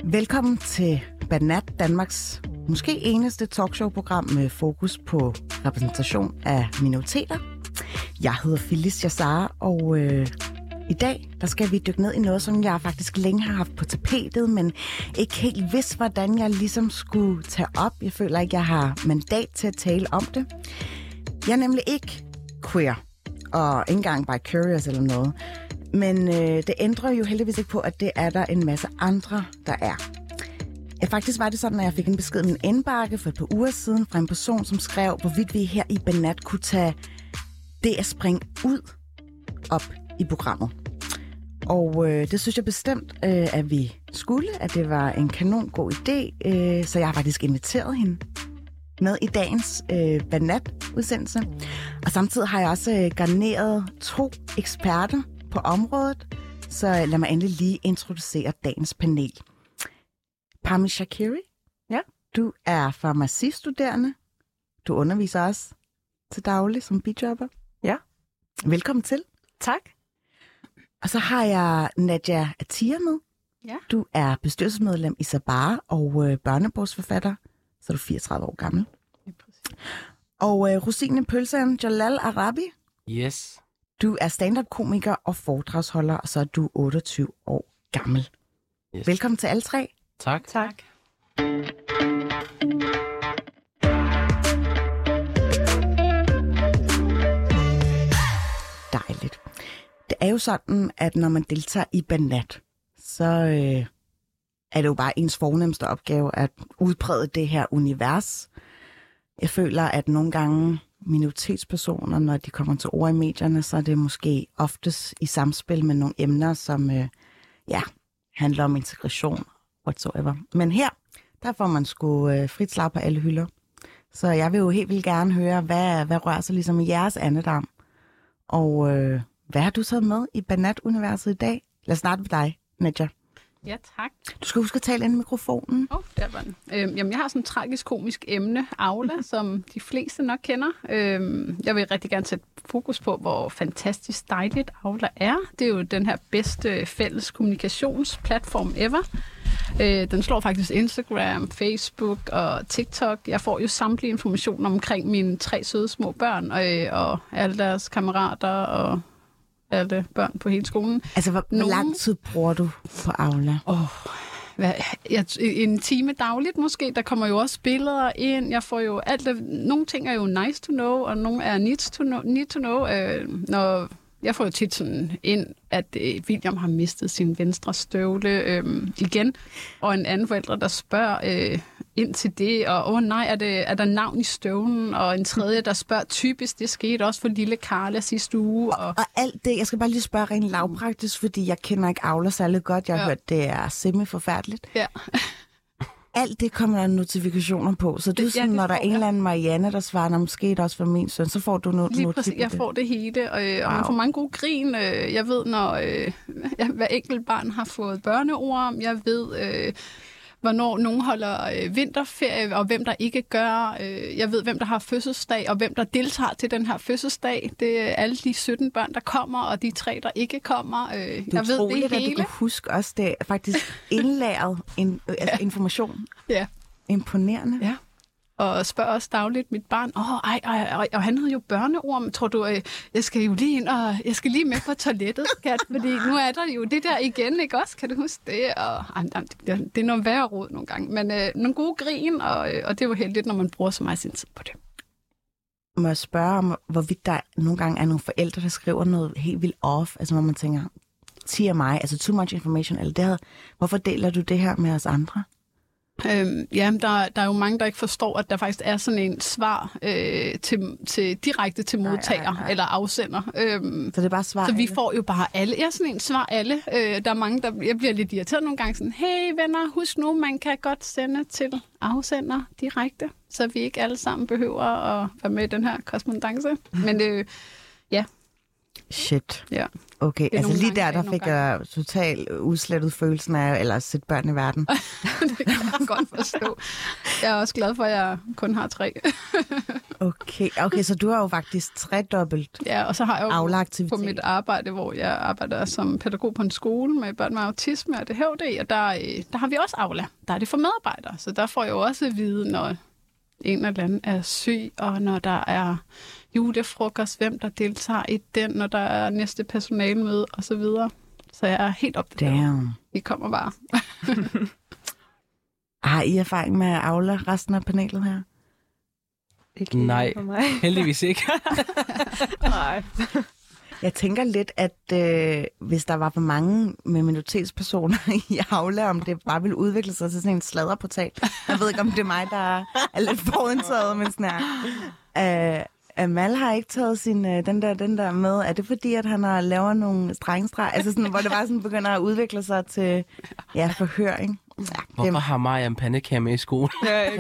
Velkommen til Banat, Danmarks måske eneste talkshow-program med fokus på repræsentation af minoriteter. Jeg hedder Phyllis Jassar, og i dag der skal vi dykke ned i noget, som jeg faktisk længe har haft på tapetet, men ikke helt vidste, hvordan jeg ligesom skulle tage op. Jeg føler ikke, jeg har mandat til at tale om det. Jeg er nemlig ikke queer, og ikke engang by curious eller noget. Men det ændrer jo heldigvis ikke på, at det er der en masse andre, der er. Ja, faktisk var det sådan, at jeg fik en besked i min indbakke for et par uger siden fra en person, som skrev, hvorvidt vi her i Banat kunne tage det at springe ud op i programmet. Og det synes jeg bestemt, at vi skulle, at det var en kanon god idé, så jeg har faktisk inviteret hende med i dagens Banat-udsendelse. Og samtidig har jeg også garneret 2 eksperter på området, så lad mig endelig lige introducere dagens panel. Parmi Shakiri, ja. Du er farmacistuderende. Du underviser også til daglig som bijobber. Ja. Velkommen til. Tak. Og så har jeg Nadia Atia med. Ja. Du er bestyrelsesmedlem i Sabar og børnebogsforfatter, så er du 34 år gammel. Ja, præcis. Og Rosine Pølsen Jalal Arabi. Yes. Du er stand-up-komiker og foredragsholder, og så er du 28 år gammel. Yes. Velkommen til alle 3. Tak. Tak. Dejligt. Det er jo sådan, at når man deltager i Banat, så er det jo bare ens fornemmeste opgave at udbrede det her univers. Jeg føler, at nogle gange minoritetspersoner, når de kommer til ord i medierne, så er det måske oftest i samspil med nogle emner, som handler om integration, whatsoever. Men her, der får man sgu frit slag på alle hylder. Så jeg vil jo helt vildt gerne høre, hvad rører sig ligesom i jeres andedam. Og hvad har du taget med i Banat-universet i dag? Lad os starte med dig, Nadia. Ja, tak. Du skal huske at tale ind i mikrofonen. Der var den. Jamen, jeg har sådan et tragisk-komisk emne, Aula, som de fleste nok kender. Jeg vil rigtig gerne sætte fokus på, hvor fantastisk dejligt Aula er. Det er jo den her bedste fælles kommunikationsplatform ever. Den slår faktisk Instagram, Facebook og TikTok. Jeg får jo samtlige informationer omkring mine 3 søde små børn og alle deres kammerater og alle børn på hele skolen. Altså, hvor lang tid bruger du på Aula? En time dagligt måske. Der kommer jo også billeder ind. Jeg får jo alt det. Nogle ting er jo nice to know, og nogle er need to know. Når jeg får jo tit sådan ind, at William har mistet sin venstre støvle igen, og en anden forælder, der spørger ind til det, og nej, er der navn i støvlen, og en tredje, der spørger typisk, det skete også for lille Karla sidste uge. Og alt det, jeg skal bare lige spørge rent lavpraktisk, fordi jeg kender ikke Aula særlig godt. Jeg har hørt, det er semi-forfærdeligt. Ja. Alt det kommer der notifikationer på, så du sådan, når der er en eller anden Marianne, der svarer, måske det også for min søn, så får du noget. Lige præcis, jeg får det hele, og man får mange gode grin. Jeg ved, når hver enkelt barn har fået børneord. Jeg ved, hvornår nogen holder vinterferie, og hvem der ikke gør. Jeg ved, hvem der har fødselsdag, og hvem der deltager til den her fødselsdag. Det er alle de 17 børn, der kommer, og de 3, der ikke kommer. Jeg ved det hele. At du kan huske også, det er faktisk indlæret information. Ja. Imponerende. Ja. Og spørger også dagligt mit barn, og han havde jo børneord, men tror du, jeg skal jo lige ind, og jeg skal lige med på toilettet, skat, fordi nu er der jo det der igen, ikke også? Kan du huske det? Og det er noget værre råd nogle gange, men nogle gode grin, og det er jo heldigt, når man bruger så meget sin tid på det. Må jeg spørge om, hvorvidt der nogle gange er nogle forældre, der skriver noget helt vildt off, altså hvor man tænker, tiger mig, altså too much information, eller det, hvorfor deler du det her med os andre? Der er jo mange, der ikke forstår, at der faktisk er sådan en svar direkte til modtager eller afsender. Så det er bare svar. Så vi får jo bare alle. Ja, sådan en svar alle. Der er mange, jeg bliver lidt irriteret nogle gange sådan, hey venner, husk nu, man kan godt sende til afsender direkte, så vi ikke alle sammen behøver at være med i den her korrespondance. Men Shit. Ja. Okay, altså lige der fik gange. jeg totalt udslettet følelsen af at sætte børn i verden. Det kan jeg godt forstå. Jeg er også glad for, at jeg kun har 3. Okay, så du har jo faktisk tredobbelt Ja, og så har jeg jo Aula-aktivitet. på mit arbejde, hvor jeg arbejder som pædagog på en skole med børn med autisme og ADHD, og der har vi også Aula. Der er det for medarbejdere, så der får jeg jo også at vide, når en eller anden er syg, og når der er julefrokost, hvem der deltager i den, når der er næste personalemøde og så videre. Så jeg er helt opdateret. Damn. I kommer bare. Har I erfaring med Aula, resten af panelet her? Ikke Nej, for mig. heldigvis ikke. Nej. Jeg tænker lidt, at hvis der var for mange med minoritetspersoner i Aula, om det bare ville udvikle sig til sådan en sladderportal. Jeg ved ikke, om det er mig, der er lidt forudtaget, men sådan her. Amal har ikke taget sin, den der med. Er det fordi, at han har lavet nogle strengestreger? Altså sådan, hvor det bare sådan begynder at udvikle sig til forhør, ikke? Ja, Hvorfor har Maja en pandekage med i skole?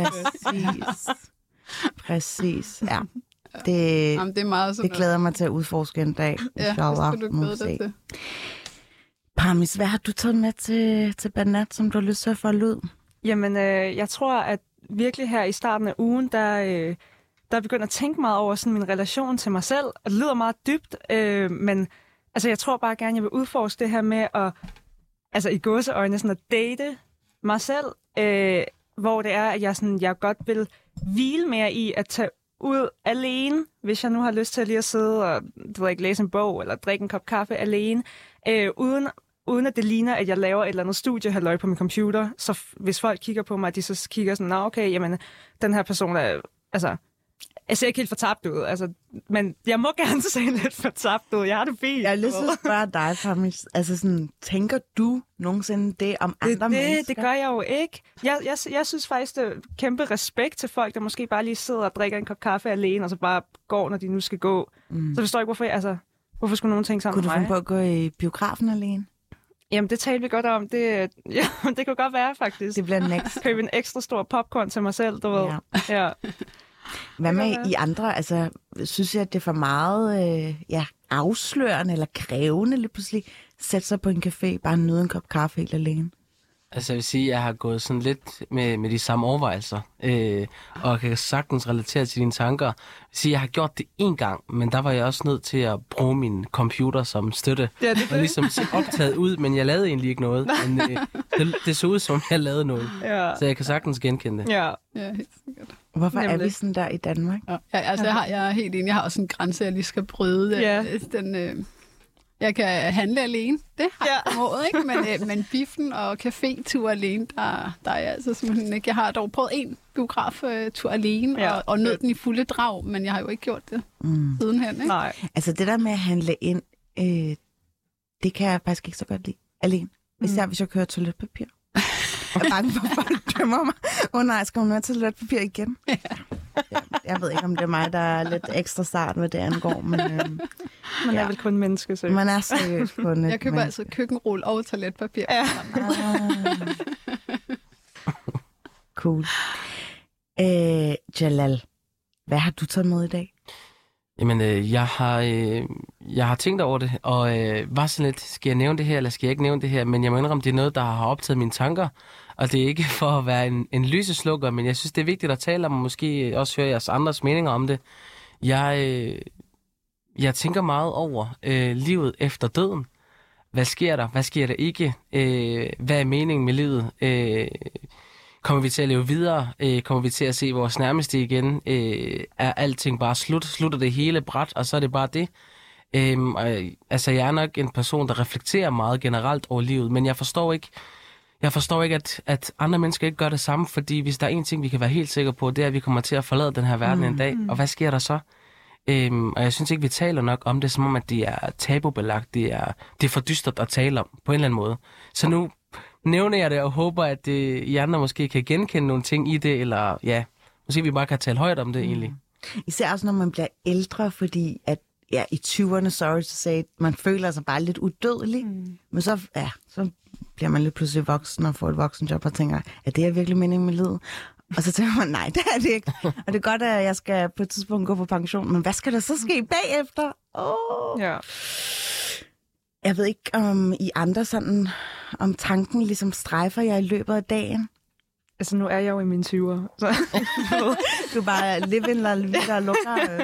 Præcis. Ja. Jamen, det er meget sådan Det glæder mig til at udforske en dag. Ja, det skal du glæde dig til. Parmis, hvad har du taget med til Banat, som du har lyst til at folde ud? Jamen, jeg tror, at virkelig her i starten af ugen, der begynder at tænke meget over sådan min relation til mig selv. Og det lyder meget dybt, men altså, jeg tror bare gerne, jeg vil udforske det her med at, altså i gåseøjne, sådan at date mig selv, hvor det er, at jeg godt vil hvile mere i at tage ud alene, hvis jeg nu har lyst til at lige at sidde og læse en bog eller drikke en kop kaffe alene, uden at det ligner, at jeg laver et eller andet studiehalløj på min computer. Så hvis folk kigger på mig, de så kigger sådan, okay, jamen, den her person er, altså, jeg ser ikke helt fortabt ud, altså, men jeg må gerne se lidt fortabt ud. Jeg har det fint. Jeg har lyst til at spørge dig, Parmis. Altså sådan, tænker du nogensinde det om andre mennesker? Det gør jeg jo ikke. Jeg synes faktisk, det er kæmpe respekt til folk, der måske bare lige sidder og drikker en kop kaffe alene, og så bare går, når de nu skal gå. Så forstår jeg ikke, hvorfor skulle nogen tænke sammen med mig? Kunne du finde på at gå i biografen alene? Jamen, det talte vi godt om. Det kunne godt være, faktisk. Det bliver next. Købe en ekstra stor popcorn til mig selv, du ved. Ja. Hvad med I andre? Altså, synes jeg, at det er for meget afslørende eller krævende lige pludselig sætte sig på en café, bare nyde en kop kaffe helt alene? Altså jeg vil sige, at jeg har gået sådan lidt med de samme overvejelser, og kan sagtens relatere til dine tanker. Jeg vil sige, at jeg har gjort det én gang, men der var jeg også nødt til at bruge min computer som støtte. Ja, det. Og ligesom se optaget ud, men jeg lavede egentlig ikke noget. Men, det så ud som, jeg lavede noget. Ja. Så jeg kan sagtens genkende det. Ja, helt sikkert. Hvorfor er vi sådan der i Danmark? Ja, altså jeg er helt enig. Jeg har også en grænse, jeg lige skal bryde. Ja. Jeg kan handle alene. Det har jeg formået, ikke? Men biffen og cafétur alene, der er jeg altså simpelthen ikke. Jeg har dog prøvet en biograftur alene og nød den i fulde drag, men jeg har jo ikke gjort det sidenhen, ikke? Nej. Altså det der med at handle ind, det kan jeg faktisk ikke så godt lide alene. Især hvis jeg kører toiletpapir. Jeg er bange for, at folk dømmer mig. Nej, skal hun have toiletpapir igen? Ja. Jeg ved ikke, om det er mig, der er lidt ekstra sart, hvad det angår, men... Man er vel kun menneske, så. Man er seriøst kun et Jeg køber altså køkkenrulle og toiletpapir. Ja. Cool. Jalal, hvad har du taget med i dag? Jamen, jeg har tænkt over det, og var sådan lidt, skal jeg nævne det her, eller skal jeg ikke nævne det her? Men jeg må indrømme, det er noget, der har optaget mine tanker, og det er ikke for at være en lyseslukker, men jeg synes, det er vigtigt at tale om, og måske også høre jeres andres meninger om det. Jeg tænker meget over livet efter døden. Hvad sker der? Hvad sker der ikke? Hvad er meningen med livet? Kommer vi til at leve videre? Kommer vi til at se vores nærmeste igen? Er alting bare slut? Slutter det hele bræt, og så er det bare det? Altså, jeg er nok en person, der reflekterer meget generelt over livet, men jeg forstår ikke, at andre mennesker ikke gør det samme, fordi hvis der er en ting, vi kan være helt sikre på, det er, at vi kommer til at forlade den her verden en dag. Og hvad sker der så? Og jeg synes ikke, vi taler nok om det, som om, at det er tabubelagt. Det er for dystert at tale om, på en eller anden måde. Så nu nævner jeg det og håber, at I andre måske kan genkende nogle ting i det, eller måske vi bare kan tale højt om det egentlig. Især også, når man bliver ældre, fordi at i 20'erne, sorry to say, man føler sig bare lidt udødelig. Men så bliver man lidt pludselig voksen og får et voksenjob og tænker, er det virkelig meningen med livet? Og så tænker man, nej, det er det ikke. Og det er godt, at jeg skal på et tidspunkt gå på pension, men hvad skal der så ske bagefter? Ja. Jeg ved ikke, om I andre sådan, om tanken ligesom strejfer jer i løbet af dagen. Altså, nu er jeg jo i mine 20'er. Så. Du bare living la vida og lukker.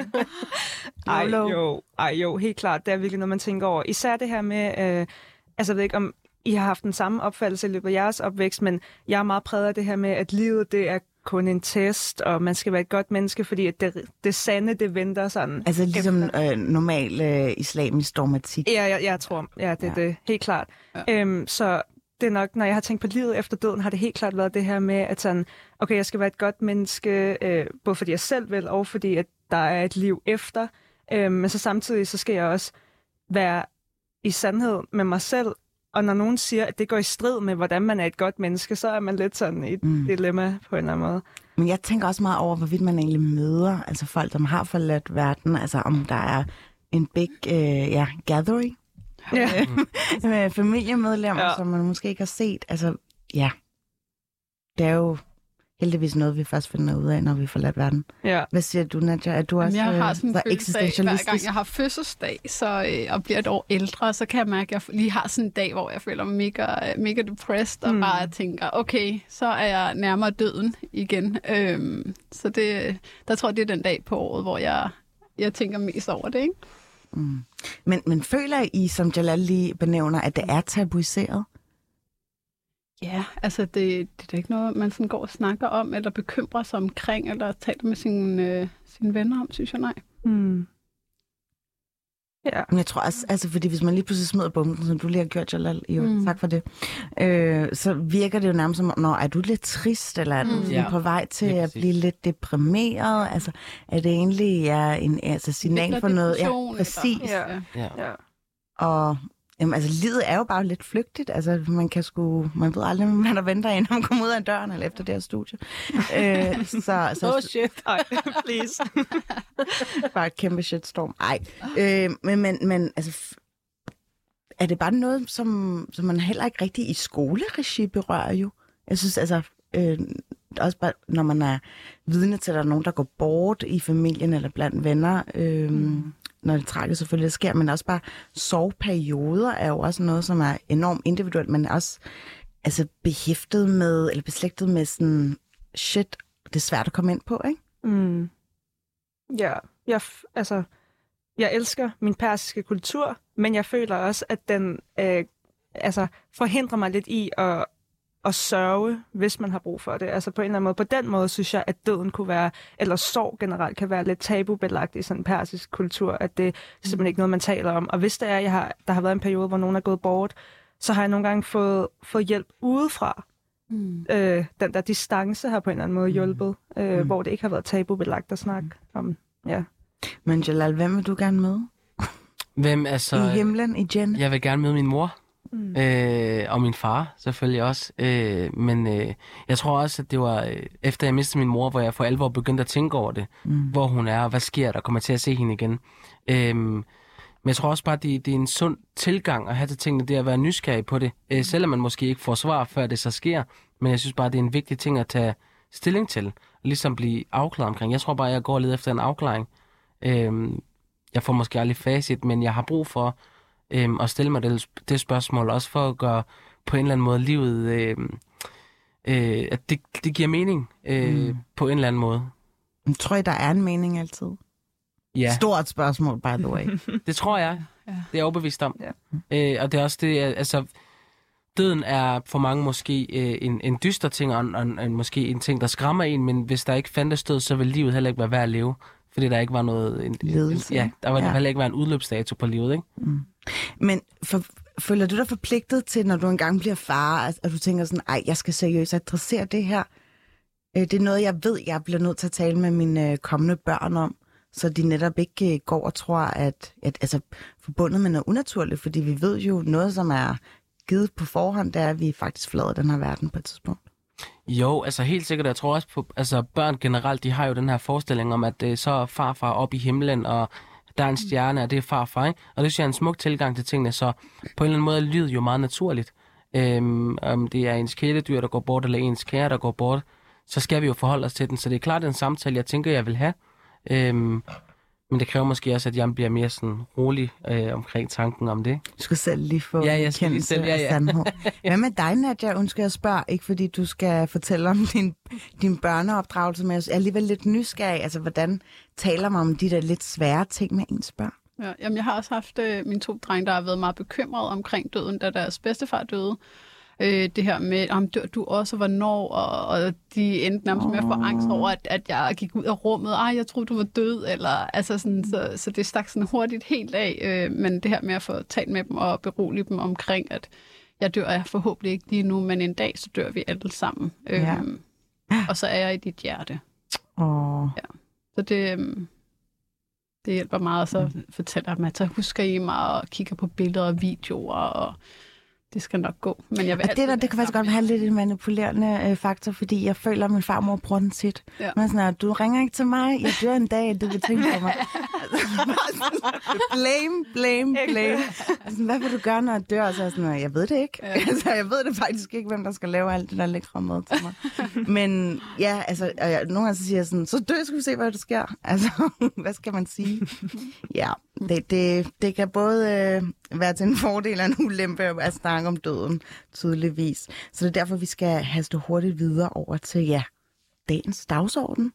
Ej jo, helt klart. Det er virkelig noget, man tænker over. Især det her med, altså jeg ved ikke, om I har haft den samme opfattelse i løbet af jeres opvækst, men jeg er meget præget af det her med, at livet, det er kun en test, og man skal være et godt menneske, fordi at det sande, det venter sådan. Altså ligesom normal islamisk dogmatik. Ja, jeg tror, det er det. Helt klart. Ja. Så det er nok, når jeg har tænkt på livet efter døden, har det helt klart været det her med, at sådan, okay, jeg skal være et godt menneske, både fordi jeg selv vil, og fordi at der er et liv efter. Men så samtidig, så skal jeg også være i sandhed med mig selv. Og når nogen siger, at det går i strid med, hvordan man er et godt menneske, så er man lidt sådan i et dilemma på en eller anden måde. Men jeg tænker også meget over, hvorvidt man egentlig møder, altså folk, som har forladt verden, altså om der er en big gathering med familiemedlemmer, som man måske ikke har set. Altså, ja, det er jo heldigvis noget, vi først finder ud af, når vi forladt verden. Ja. Hvad siger du, Nadja? Er du også jeg har sådan en følelse af, hver gang jeg har fødselsdag og bliver et år ældre, så kan jeg mærke, at jeg lige har sådan en dag, hvor jeg føler mig mega depressed, og bare tænker, okay, så er jeg nærmere døden igen. Så der tror jeg, det er den dag på året, hvor jeg tænker mest over det, ikke? Mm. Men føler I, som Jalal lige benævner, at det er tabuiseret? Ja, altså det er da ikke noget, man sådan går og snakker om, eller bekymrer sig omkring, eller taler med sine venner om, synes jeg, nej. Mm. Ja. Men jeg tror også, altså fordi hvis man lige pludselig smider bomben, som du lige har gjort, Jalal, tak for det, så virker det jo nærmest som, er du lidt trist, eller er du på vej til at blive lidt deprimeret? Altså, er det egentlig en signal for noget? Ja, præcis. Ja. Og jamen, altså, livet er jo bare lidt flygtigt. Altså, man ved aldrig, hvad der venter ind, når man kommer ud af døren eller efter det her studie. Shit. Ej, please. Bare et kæmpe shitstorm. Ej. Men altså, er det bare noget, som man heller ikke rigtig i skoleregi berører jo? Jeg synes altså, også bare, når man er vidne til, at der er nogen, der går bort i familien eller blandt venner, når det tragisk selvfølgelig sker, men også bare sorgperioder er jo også noget, som er enormt individuelt, men også altså behæftet med, eller beslægtet med sådan, shit, det er svært at komme ind på, ikke? Mm. Ja, jeg elsker min persiske kultur, men jeg føler også, at den forhindrer mig lidt i at sørge, hvis man har brug for det. Altså på en eller anden måde. På den måde synes jeg, at døden kunne være, eller sorg generelt, kan være lidt tabubelagt i sådan en persisk kultur, at det er simpelthen ikke noget, man taler om. Og hvis det er, der har været en periode, hvor nogen er gået bort, så har jeg nogle gange fået hjælp udefra. Den der distance har på en eller anden måde hjulpet, hvor det ikke har været tabubelagt at snakke om. Ja. Men Jalal, hvem vil du gerne møde? Hvem altså? I himlen, i Jen? Jeg vil gerne møde min mor. Og min far selvfølgelig også. Men jeg tror også, at det var efter jeg mistede min mor, hvor jeg for alvor begyndte at tænke over det. Hvor hun er, og hvad sker der? Kommer til at se hende igen. Men jeg tror også bare, det er en sund tilgang at have til tingene, det at være nysgerrig på det. Selvom man måske ikke får svar, før det så sker. Men jeg synes bare, det er en vigtig ting at tage stilling til. Ligesom blive afklaret omkring. Jeg tror bare, jeg går og leder efter en afklaring. Jeg får måske aldrig facit, men jeg har brug for og stille mig det spørgsmål, også for at gøre på en eller anden måde livet, at det giver mening på en eller anden måde. Tror I, der er en mening altid? Ja. Stort spørgsmål, by the way. Det tror jeg. Ja. Det er jeg overbevist om. Ja. Og det er også det, altså døden er for mange måske en dyster ting, og måske en ting, der skræmmer en, men hvis der ikke fandtes død, så ville livet heller ikke være værd at leve. Fordi der ikke var noget... der var heller ikke være en udløbsdato på livet, ikke? Men føler du dig forpligtet til, når du engang bliver far, at du tænker sådan, jeg skal seriøst adressere det her? Det er noget, jeg ved, jeg bliver nødt til at tale med mine kommende børn om, så de netop ikke går og tror, at altså, forbundet med noget unaturligt, fordi vi ved jo noget, som er givet på forhånd, det er, at vi faktisk forlader den her verden på et tidspunkt. Jo, altså helt sikkert. Jeg tror også på, altså børn generelt, de har jo den her forestilling om, at så er farfar oppe i himlen, og der er en stjerne, og det er farfar, ikke? Og det synes jeg er en smuk tilgang til tingene, så på en eller anden måde er livet jo meget naturligt. Om det er ens kæledyr, der går bort, eller ens kære, der går bort, så skal vi jo forholde os til den. Så det er klart en samtale, jeg tænker, jeg vil have. Men det kræver måske også, at jeg bliver mere sådan rolig omkring tanken om det. Du skal selv lige få jeg skal lige selv, af sandhed. Hvad med dig, Nadia? Undskyld, jeg spørger, ikke fordi du skal fortælle om din børneopdragelse, men jeg er alligevel lidt nysgerrig. Altså, hvordan taler man om de der lidt svære ting med ens børn? Ja, jamen, jeg har også haft mine 2 drenge, der har været meget bekymrede omkring døden, da deres bedstefar døde. Det her med, om dør du også, hvornår, og de endte nærmest med at få angst over, at jeg gik ud af rummet, jeg troede, du var død, eller altså sådan, så det stak sådan hurtigt helt af, men det her med at få talt med dem og berolige dem omkring, at jeg dør forhåbentlig ikke lige nu, men en dag, så dør vi alle sammen. Ja. Og så er jeg i dit hjerte. Ja. Så det hjælper meget, og så fortæller jeg dem, at så husker I mig og kigger på billeder og videoer, og det skal nok gå. Men jeg vil det kan faktisk godt have lidt en manipulerende faktor, fordi jeg føler, at min farmor bruger den tit. Ja. Men sådan, du ringer ikke til mig, jeg dør en dag, du vil tænke på mig. Blame. Altså, hvad vil du gøre, når jeg dør? Så jeg sådan, jeg ved det ikke. Ja. Altså, jeg ved det faktisk ikke, hvem der skal lave alt det der lækre mad til mig. Men ja, altså, nogle gange så siger jeg sådan, så dø, skal vi se, hvad der sker. Altså, hvad skal man sige? Ja, det kan både være til en fordel og en ulempe at snakke om døden, tydeligvis. Så det er derfor, vi skal haste hurtigt videre over til, dagens dagsorden.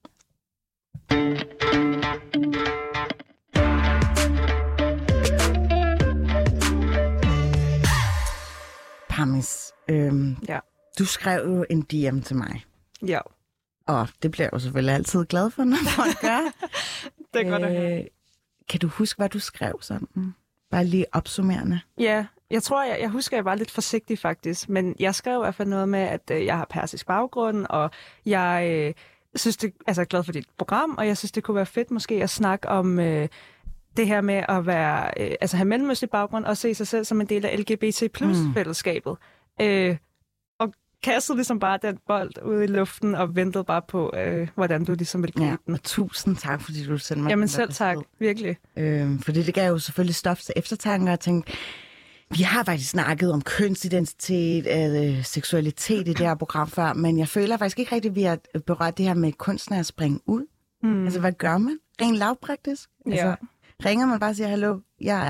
Parmis, du skrev jo en DM til mig. Ja. Og det bliver jeg jo selvfølgelig altid glad for, når folk gør. Det er godt at høre. Kan du huske, hvad du skrev sådan? Bare lige opsummerende. Ja, jeg tror, jeg husker, jeg var lidt forsigtig faktisk. Men jeg skrev i hvert fald noget med, at jeg har persisk baggrund, og jeg synes, jeg er glad for dit program, og jeg synes, det kunne være fedt måske at snakke om det her med at være, have mellemøstlig baggrund og se sig selv som en del af LGBT+-fællesskabet. Og kastede ligesom bare den bold ud i luften og ventede bare på, hvordan du ligesom ville gribe den. Og tusind tak, fordi du sendte mig. Jamen selv tak, virkelig. Fordi det gav jo selvfølgelig stof til eftertanke, og jeg tænkte, vi har faktisk snakket om kønsidentitet, seksualitet i det her program før, men jeg føler faktisk ikke rigtigt, at vi har berørt det her med kunsten at springe ud. Altså, hvad gør man? Rent lavpraktisk? Altså, ringer man bare og siger, hallo, jeg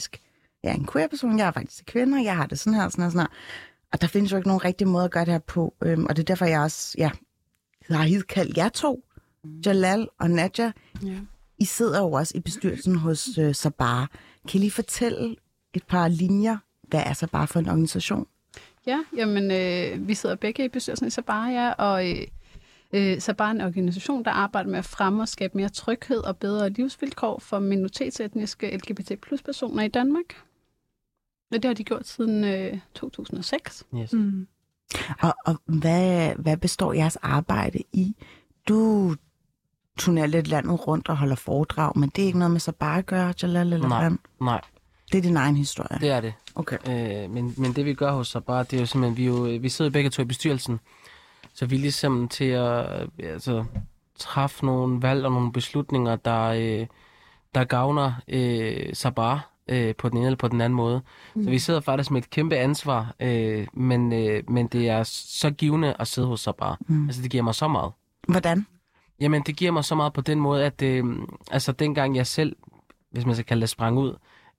er en queer-person, jeg er faktisk kvinde, jeg har det sådan her, sådan her, sådan her. Og der findes jo ikke nogen rigtig måde at gøre det her på. Og det er derfor, jeg også har hidkaldt jer 2, Jalal og Nadia. Ja. I sidder jo også i bestyrelsen hos Sabar. Kan I lige fortælle et par linjer, hvad er Sabar for en organisation? Ja, jamen vi sidder begge i bestyrelsen i Sabar, og Sabar er en organisation, der arbejder med at fremme og skabe mere tryghed og bedre livsvilkår for minoritetsetniske LGBT+-personer i Danmark. Det har de gjort siden 2006. Yes. Og hvad består jeres arbejde i? Du turnerer lidt landet rundt og holder foredrag, men det er ikke noget med Sabar at gøre, Jalal, eller hvad? Nej. Det er din egen historie? Det er det. Okay. Men det vi gør hos Sabar, det er jo simpelthen, vi sidder begge 2 i bestyrelsen, så vi er ligesom til at træffe nogle valg og nogle beslutninger, der gavner Sabar på den ene eller på den anden måde. Så vi sidder faktisk med et kæmpe ansvar, men det er så givende at sidde hos Sabar. Altså, det giver mig så meget. Hvordan? Jamen, det giver mig så meget på den måde, at dengang jeg selv, hvis man skal kalde det, sprang ud,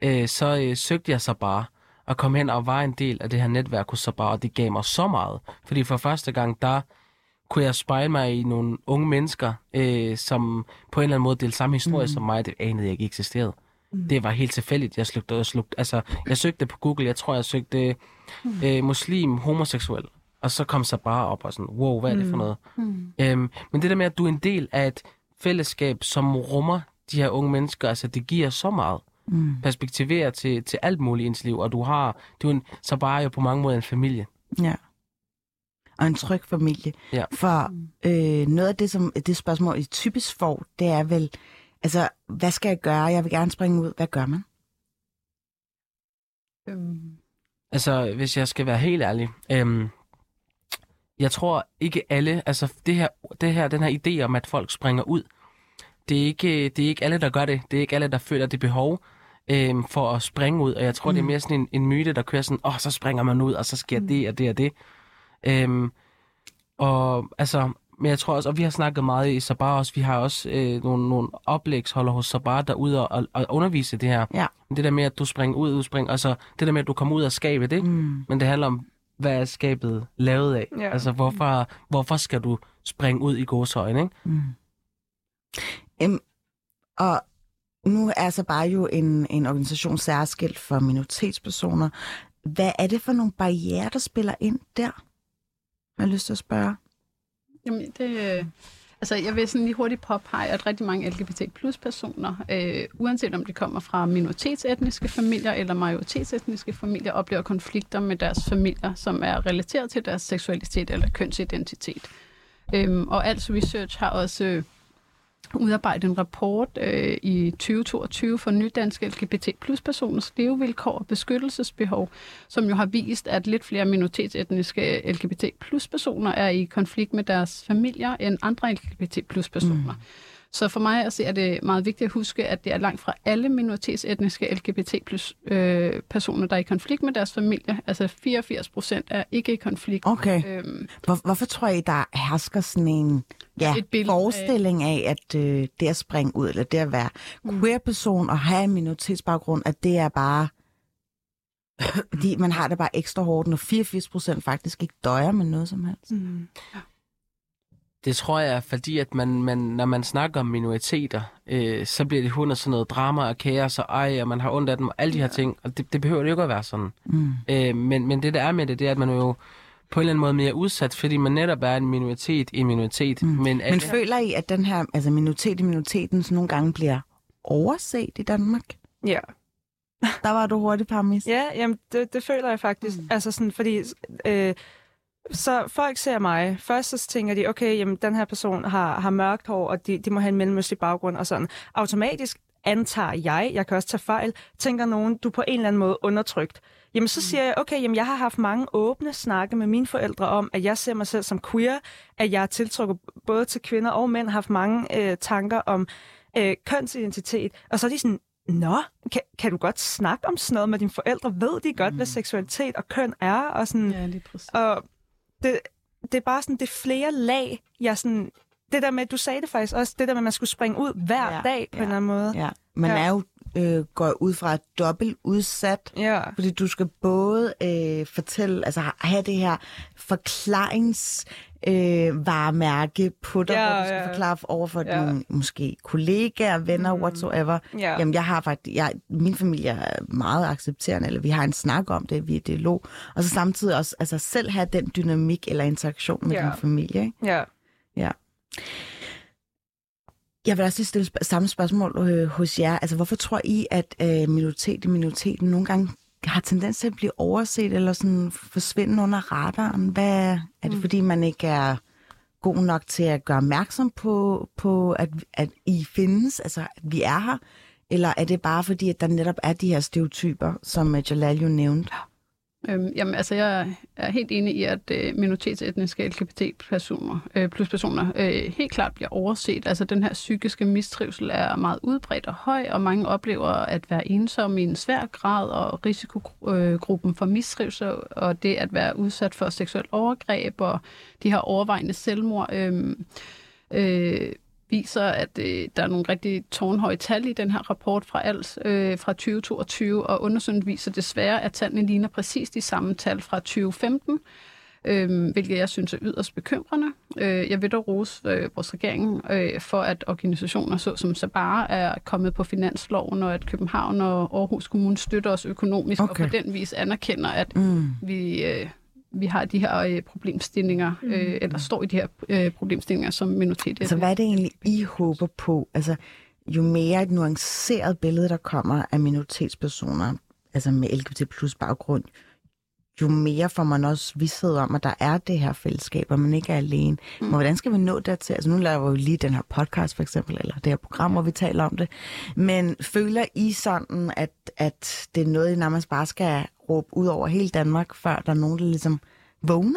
så søgte jeg Sabar og kom hen og var en del af det her netværk hos Sabar, og det gav mig så meget. Fordi for første gang, der kunne jeg spejle mig i nogle unge mennesker, som på en eller anden måde delte samme historie som mig. Det anede jeg ikke eksisterede. Det var helt tilfældigt. Jeg søgte på Google. Jeg tror, jeg søgte muslim, homoseksuel. Og så kom Sabar op og sådan, wow, hvad er det for noget? Men det der med, at du er en del af et fællesskab, som rummer de her unge mennesker, altså det giver så meget. Perspektiverer til alt muligt i ens liv. Og Sabar er jo på mange måder en familie. Ja. Og en tryg familie. Ja. For noget af det, som det spørgsmål i typisk får, det er vel, altså, hvad skal jeg gøre? Jeg vil gerne springe ud. Hvad gør man? Altså, hvis jeg skal være helt ærlig, jeg tror ikke alle, altså den her idé om, at folk springer ud, det er ikke alle, der gør det. Det er ikke alle, der føler det behov for at springe ud. Og jeg tror, det er mere sådan en myte, der kører sådan, så springer man ud, og så sker det og det og det. Og altså, Men jeg tror også, og vi har snakket meget i Sabar også, vi har også nogle oplægsholder hos Sabar derude og undervise det her. Ja. Det der med, at du springer ud, altså det der med, at du kommer ud af skabet, ikke? Men det handler om, hvad er skabet lavet af? Ja. Altså, hvorfor skal du springe ud i gåsøjne, ikke? Og nu er Sabar jo en organisation særskilt for minoritetspersoner. Hvad er det for nogle barrierer, der spiller ind der? Jeg har lyst til at spørge. Jamen, jeg vil sådan lige hurtigt påpege, at rigtig mange LGBT plus personer, uanset om de kommer fra minoritetsetniske familier eller majoritetsetniske familier, oplever konflikter med deres familier, som er relateret til deres seksualitet eller kønsidentitet. Og Als Research har også udarbejdet en rapport i 2022 for nydanske LGBT plus personers levevilkår og beskyttelsesbehov, som jo har vist, at lidt flere minoritetsetniske LGBT plus personer er i konflikt med deres familier end andre LGBT plus personer. Så for mig er det meget vigtigt at huske, at det er langt fra alle minoritetsetniske LGBT plus personer, der er i konflikt med deres familie. Altså 84% er ikke i konflikt. Okay. Hvorfor tror I, der hersker sådan en forestilling af, at det at springe ud, eller det at være queer-person og have en minoritetsbaggrund, at det er bare... fordi man har det bare ekstra hårdt, når 84% faktisk ikke døjer med noget som helst? Det tror jeg er fordi, at man, når man snakker om minoriteter, så bliver det hund af sådan noget drama og kaos og man har ondt af dem og alle de her ting. Og det behøver det jo ikke at være sådan. Men det der er med det, det er, at man er jo på en eller anden måde mere udsat, fordi man netop er en minoritet i en minoritet. Men føler I, at den her minoritet i minoriteten så nogle gange bliver overset i Danmark? Ja. Der var du hurtigt, Parmis. Ja, jamen det føler jeg faktisk. Altså sådan, fordi... Så folk ser mig. Først så tænker de, okay, jamen, den her person har mørkt hår, og de må have en mellemøstlig baggrund og sådan. Automatisk antager jeg kan også tage fejl, tænker nogen, du på en eller anden måde undertrykt. Jamen så siger jeg, okay, jamen, jeg har haft mange åbne snakke med mine forældre om, at jeg ser mig selv som queer, at jeg er tiltrukket både til kvinder og mænd, har haft mange tanker om kønsidentitet, og så er de sådan, nå, kan du godt snakke om sådan noget med dine forældre? Ved de godt, hvad seksualitet og køn er? Og sådan, ja, lige præcis. Og det er bare sådan, det er flere lag, jeg sådan... Det der med, du sagde det faktisk også, det der med, at man skulle springe ud hver dag på en eller anden måde. Ja, man er jo går ud fra dobbelt udsat, fordi du skal både fortælle, altså have det her varemærke på dig, hvor du skal forklare over for dine måske kollegaer, venner, whatsoever. Jamen, jeg har faktisk, min familie er meget accepterende, eller vi har en snak om det, vi er dialog, og så samtidig også altså selv have den dynamik eller interaktion med din familie, ikke? Ja. Jeg vil også lige stille samme spørgsmål hos jer. Altså, hvorfor tror I, at minoriteten nogle gange har tendens til at blive overset eller sådan forsvinde under radaren? Hvad er det, fordi man ikke er god nok til at gøre opmærksom på at I findes, altså at vi er her? Eller er det bare fordi, at der netop er de her stereotyper, som Jalal jo nævnte? Jamen, altså, jeg er helt enig i, at minoritetsetniske LGBT-personer, plus personer, helt klart bliver overset. Altså, den her psykiske mistrivsel er meget udbredt og høj, og mange oplever at være ensomme i en svær grad, og risikogruppen for mistrivsel, og det at være udsat for seksuelt overgreb, og de her overvejende selvmord, viser, at der er nogle rigtig tårnhøje tal i den her rapport fra Als fra 2022, og undersøgelsen viser desværre, at tallene ligner præcis de samme tal fra 2015, hvilket jeg synes er yderst bekymrende. Jeg vil dog rose vores regering for, at organisationer såsom Sabar er kommet på finansloven, og at København og Aarhus Kommune støtter os økonomisk, og på den vis anerkender, at vi har de her problemstillinger, eller står i de her problemstillinger som minoritet. Altså, hvad er det egentlig, I håber på? Altså, jo mere et nuanceret billede, der kommer af minoritetspersoner, altså med LGBT plus baggrund, jo mere får man også vished om, at der er det her fællesskab, og man ikke er alene. Men hvordan skal vi nå dertil? Altså, nu laver vi jo lige den her podcast, for eksempel, eller det her program, hvor vi taler om det. Men føler I sådan, at det er noget, I nærmest bare skal råbe ud over hele Danmark, før der er nogen, der ligesom vågner?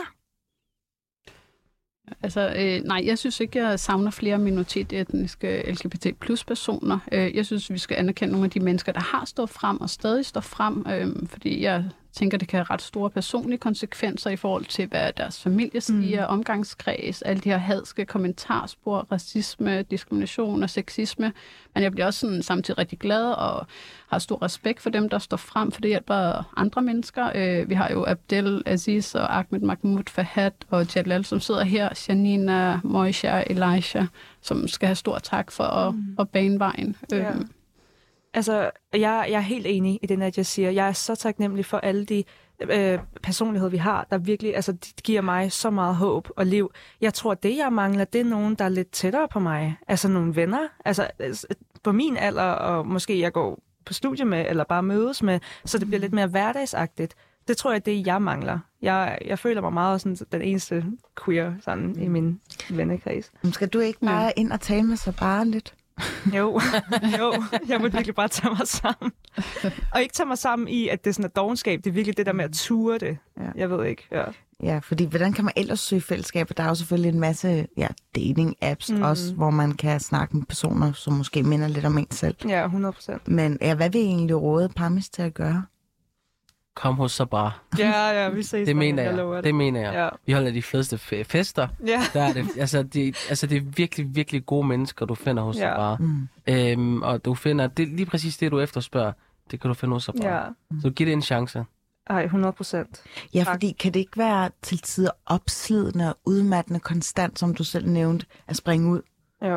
Altså, nej, jeg synes ikke, jeg savner flere minoritetsetniske LGBT plus personer. Jeg synes, vi skal anerkende nogle af de mennesker, der har stået frem og stadig står frem, fordi jeg tænker, det kan have ret store personlige konsekvenser i forhold til, hvad deres familie siger, omgangskreds, alle de her hadske kommentarspor, racisme, diskrimination og sexisme. Men jeg bliver også sådan samtidig rigtig glad og har stor respekt for dem, der står frem, for det hjælper andre mennesker. Vi har jo Abdel Aziz og Ahmed Mahmoud Fahad og Jalal, som sidder her, Janina, Moisha, Elisha, som skal have stor tak for at bane vejen. Ja. Altså, jeg er helt enig i det, at jeg siger, jeg er så taknemmelig for alle de personligheder, vi har, der virkelig, altså, de giver mig så meget håb og liv. Jeg tror, det jeg mangler, det er nogen, der er lidt tættere på mig. Altså nogle venner, altså på min alder, og måske jeg går på studie med, eller bare mødes med, så det bliver lidt mere hverdagsagtigt. Det tror jeg, det er det, jeg mangler. Jeg føler mig meget sådan den eneste queer sådan, i min vennekreds. Skal du ikke bare ind og tale med sig bare lidt? Jo, jeg må virkelig bare tage mig sammen. Og ikke tage mig sammen i, at det er sådan et dovenskab. Det er virkelig det der med at ture det. Ja. Jeg ved ikke. Ja, fordi hvordan kan man ellers søge fællesskaber? Der er jo selvfølgelig en masse dating-apps også, hvor man kan snakke med personer, som måske minder lidt om en selv. Ja, 100%. Men hvad vil I egentlig råde Pamis til at gøre? Kom hos så bare. Ja, vi ses. Det mener jeg. Det mener jeg. Ja. Vi holder de fedeste fester. Ja. Der er det, det er virkelig, virkelig gode mennesker, du finder hos så bare. Og du finder lige præcis det, du efterspørger. Det kan du finde hos så bare. Ja. Så giv det en chance. Ej, 100%. Ja, fordi kan det ikke være til tider opslidende og udmattende konstant, som du selv nævnte, at springe ud?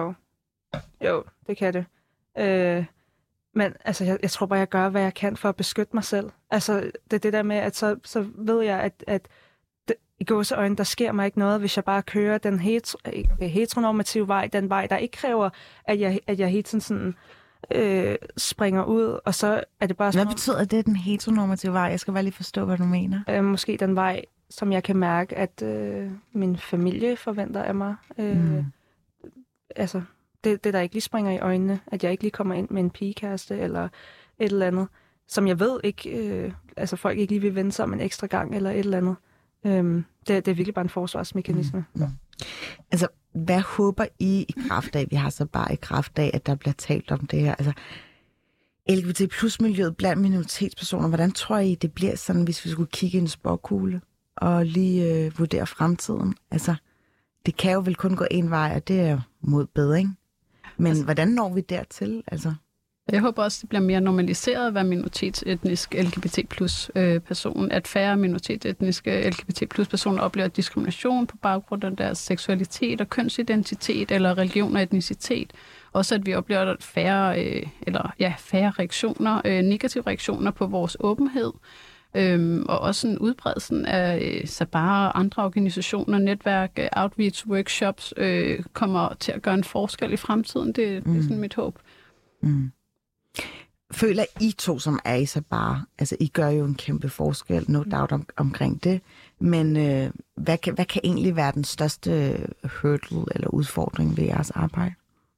Jo, det kan det. Men altså, jeg tror bare, jeg gør, hvad jeg kan for at beskytte mig selv. Altså, det er det der med, at så ved jeg, at i gåseøjne, der sker mig ikke noget, hvis jeg bare kører den heteronormative vej, den vej, der ikke kræver, at jeg hele tiden sådan, springer ud, og så er det bare sådan... Hvad betyder det, den heteronormative vej? Jeg skal bare lige forstå, hvad du mener. Måske den vej, som jeg kan mærke, at min familie forventer af mig. Altså... Det der ikke lige springer i øjnene, at jeg ikke lige kommer ind med en pigekæreste eller et eller andet, som jeg ved ikke, altså folk ikke lige vil vende sig om en ekstra gang eller et eller andet. Det er virkelig bare en forsvarsmekanisme. Altså, hvad håber I kraft af? Vi har så bare i kraft af, at der bliver talt om det her. Altså, LGBT plus miljøet blandt minoritetspersoner, hvordan tror I, det bliver sådan, hvis vi skulle kigge i en spåkugle og lige vurdere fremtiden? Altså, det kan jo vel kun gå en vej, og det er mod bedring. Men hvordan når vi dertil? Altså? Jeg håber også, det bliver mere normaliseret at være minoritetsetnisk LGBT plus person. At færre minoritetsetniske LGBT plus personer oplever diskrimination på baggrund af deres seksualitet og kønsidentitet eller religion og etnicitet. Også at vi oplever færre reaktioner, negative reaktioner på vores åbenhed. Og også en udbredelsen af Sabar og andre organisationer, netværk, outreach, workshops, kommer til at gøre en forskel i fremtiden. Det er sådan mit håb. Føler I to, som er i Sabar, altså I gør jo en kæmpe forskel, no doubt omkring det, men hvad kan egentlig være den største hurdle eller udfordring ved jeres arbejde?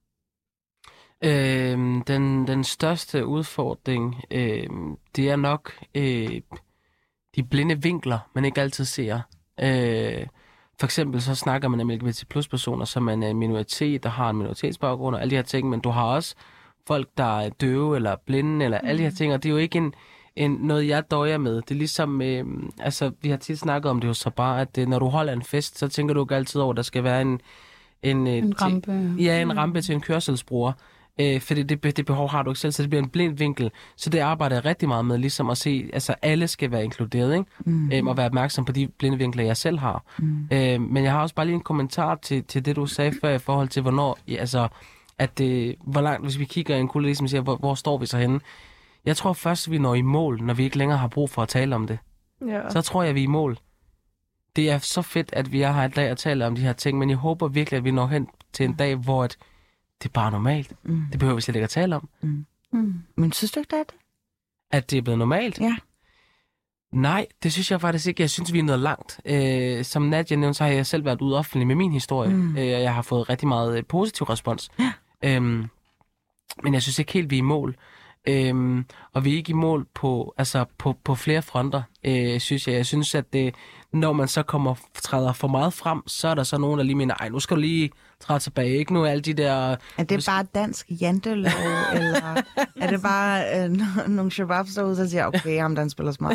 Den største udfordring, det er nok de blinde vinkler, man ikke altid ser. For eksempel så snakker man om LGBT plus personer, som er en minoritet, der har en minoritetsbaggrund og alle de her ting, men du har også folk, der er døve eller blinde eller alle de her ting, og det er jo ikke noget, jeg døjer med. Det er ligesom, vi har tit snakket om det jo så bare, at når du holder en fest, så tænker du ikke altid over, at der skal være en rampe. Ja, en rampe til en kørselsbruger. Fordi det behov har du ikke selv, så det bliver en blind vinkel. Så det arbejder jeg rigtig meget med, ligesom at se, altså alle skal være inkluderet, ikke? Og være opmærksom på de blinde vinkler, jeg selv har. Men jeg har også bare lige en kommentar til det, du sagde før, i forhold til, hvornår, altså, hvor langt, hvis vi kigger i en kugle, ligesom siger, hvor står vi så henne? Jeg tror først, vi når i mål, når vi ikke længere har brug for at tale om det. Ja. Så tror jeg, vi er i mål. Det er så fedt, at vi er her i dag og taler om de her ting, men jeg håber virkelig, at vi når hen til en dag, hvor det er bare normalt. Det behøver vi slet ikke at tale om. Men synes du ikke, det er det? At det er blevet normalt? Ja. Nej, det synes jeg faktisk ikke. Jeg synes, vi er noget langt. Som Nadia nævnte, så har jeg selv været ude offentlig med min historie. Jeg har fået rigtig meget positiv respons. Men jeg synes ikke helt, vi er i mål. Og vi er ikke i mål på flere fronter, synes jeg. Jeg synes, at når man så træder for meget frem, så er der så nogen, der lige mener, ej, nu skal du lige træde tilbage. Ikke nu alle de der... Er det bare dansk jantelov, eller er det bare nogle shababs derude, der siger, okay, ham der spiller smart?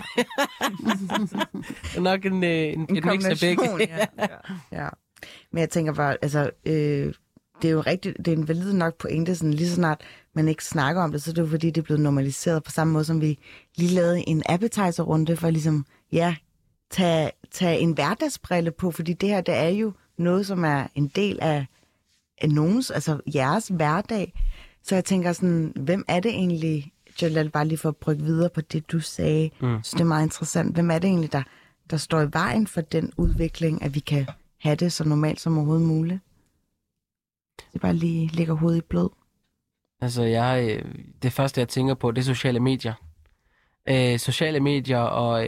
Nok en mix af begge. Ja. Men jeg tænker bare, altså... det er jo rigtigt, det er en valid nok pointe, sådan lige så snart man ikke snakker om det, så er det jo fordi, det er blevet normaliseret på samme måde, som vi lige lavede en appetizer-runde for ligesom, tage en hverdagsbrille på, fordi det her, det er jo noget, som er en del af nogens, altså jeres hverdag. Så jeg tænker sådan, hvem er det egentlig, Jalal, bare lige for at brygge videre på det, du sagde, så det er meget interessant. Hvem er det egentlig, der står i vejen for den udvikling, at vi kan have det så normalt som overhovedet muligt? Det bare lige ligger hovedet i blød. Altså, det første, jeg tænker på, det er sociale medier. Sociale medier og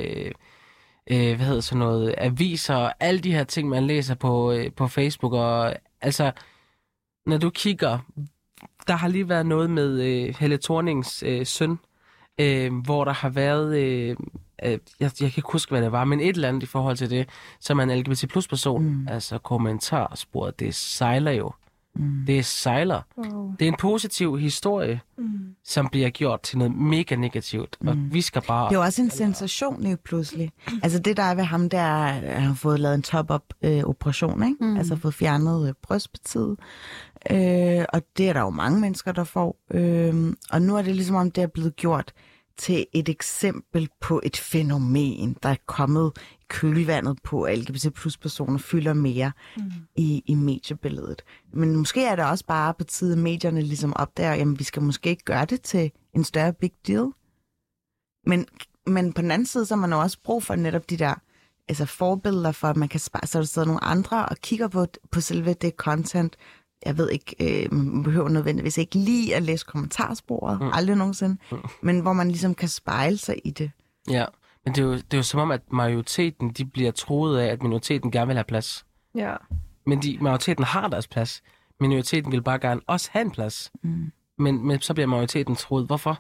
aviser og alle de her ting, man læser på Facebook. Og altså, når du kigger, der har lige været noget med Helle Thornings søn, hvor der har været, jeg kan ikke huske, hvad det var, men et eller andet i forhold til det, som er en LGBT+-person. Altså, kommentarsporet, det sejler jo. Det sejler. Wow. Det er en positiv historie, som bliver gjort til noget mega negativt. Og vi skal bare... Det er jo også en sensation lige pludselig. Altså det, der er ved ham, der har fået lavet en top-up-operation, ikke? Altså fået fjernet brystpartiet. Og det er der jo mange mennesker, der får. Og nu er det ligesom om, det er blevet gjort til et eksempel på et fænomen, der er kommet i kølvandet på, at LGBT+-personer fylder mere i mediebilledet. Men måske er det også bare på tide, at medierne ligesom opdager, jamen vi skal måske ikke gøre det til en større big deal. Men på den anden side, så har man jo også brug for netop de der forbilleder for, at man kan spare, så der sidder nogle andre og kigger på selve det content. Jeg ved ikke, man behøver nødvendigvis ikke lige at læse kommentarsporet, aldrig nogensinde, men hvor man ligesom kan spejle sig i det. Ja, men det er jo som om, at majoriteten, de bliver troet af, at minoriteten gerne vil have plads. Ja. Men majoriteten har deres plads. Minoriteten vil bare gerne også have en plads. Men så bliver majoriteten troet. Hvorfor?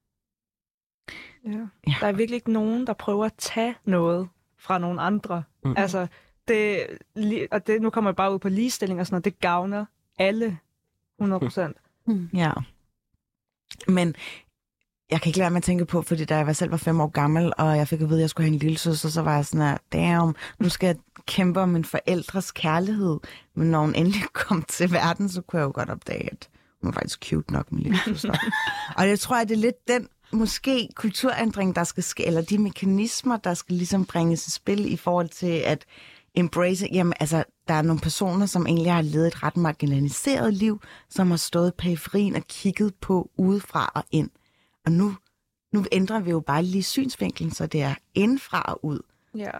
Ja. Der er virkelig ikke nogen, der prøver at tage noget fra nogle andre. Altså, nu kommer jeg bare ud på ligestilling og sådan noget, det gavner alle 100%. Ja. Men jeg kan ikke lade mig at tænke på, fordi da jeg selv var 5 år gammel, og jeg fik at vide, at jeg skulle have en lille søster, så var jeg sådan her, damn, nu skal jeg kæmpe om min forældres kærlighed. Men når hun endelig kom til verden, så kunne jeg jo godt opdage, at hun var faktisk cute nok, min lille søster. Og jeg tror, at det er lidt den måske kulturændring, der skal ske, eller de mekanismer, der skal ligesom bringes i spil i forhold til at embrace, jamen altså, der er nogle personer, som egentlig har levet et ret marginaliseret liv, som har stået i periferien og kigget på udefra og ind. Og nu ændrer vi jo bare lige synsvinklen, så det er indfra og ud. Ja.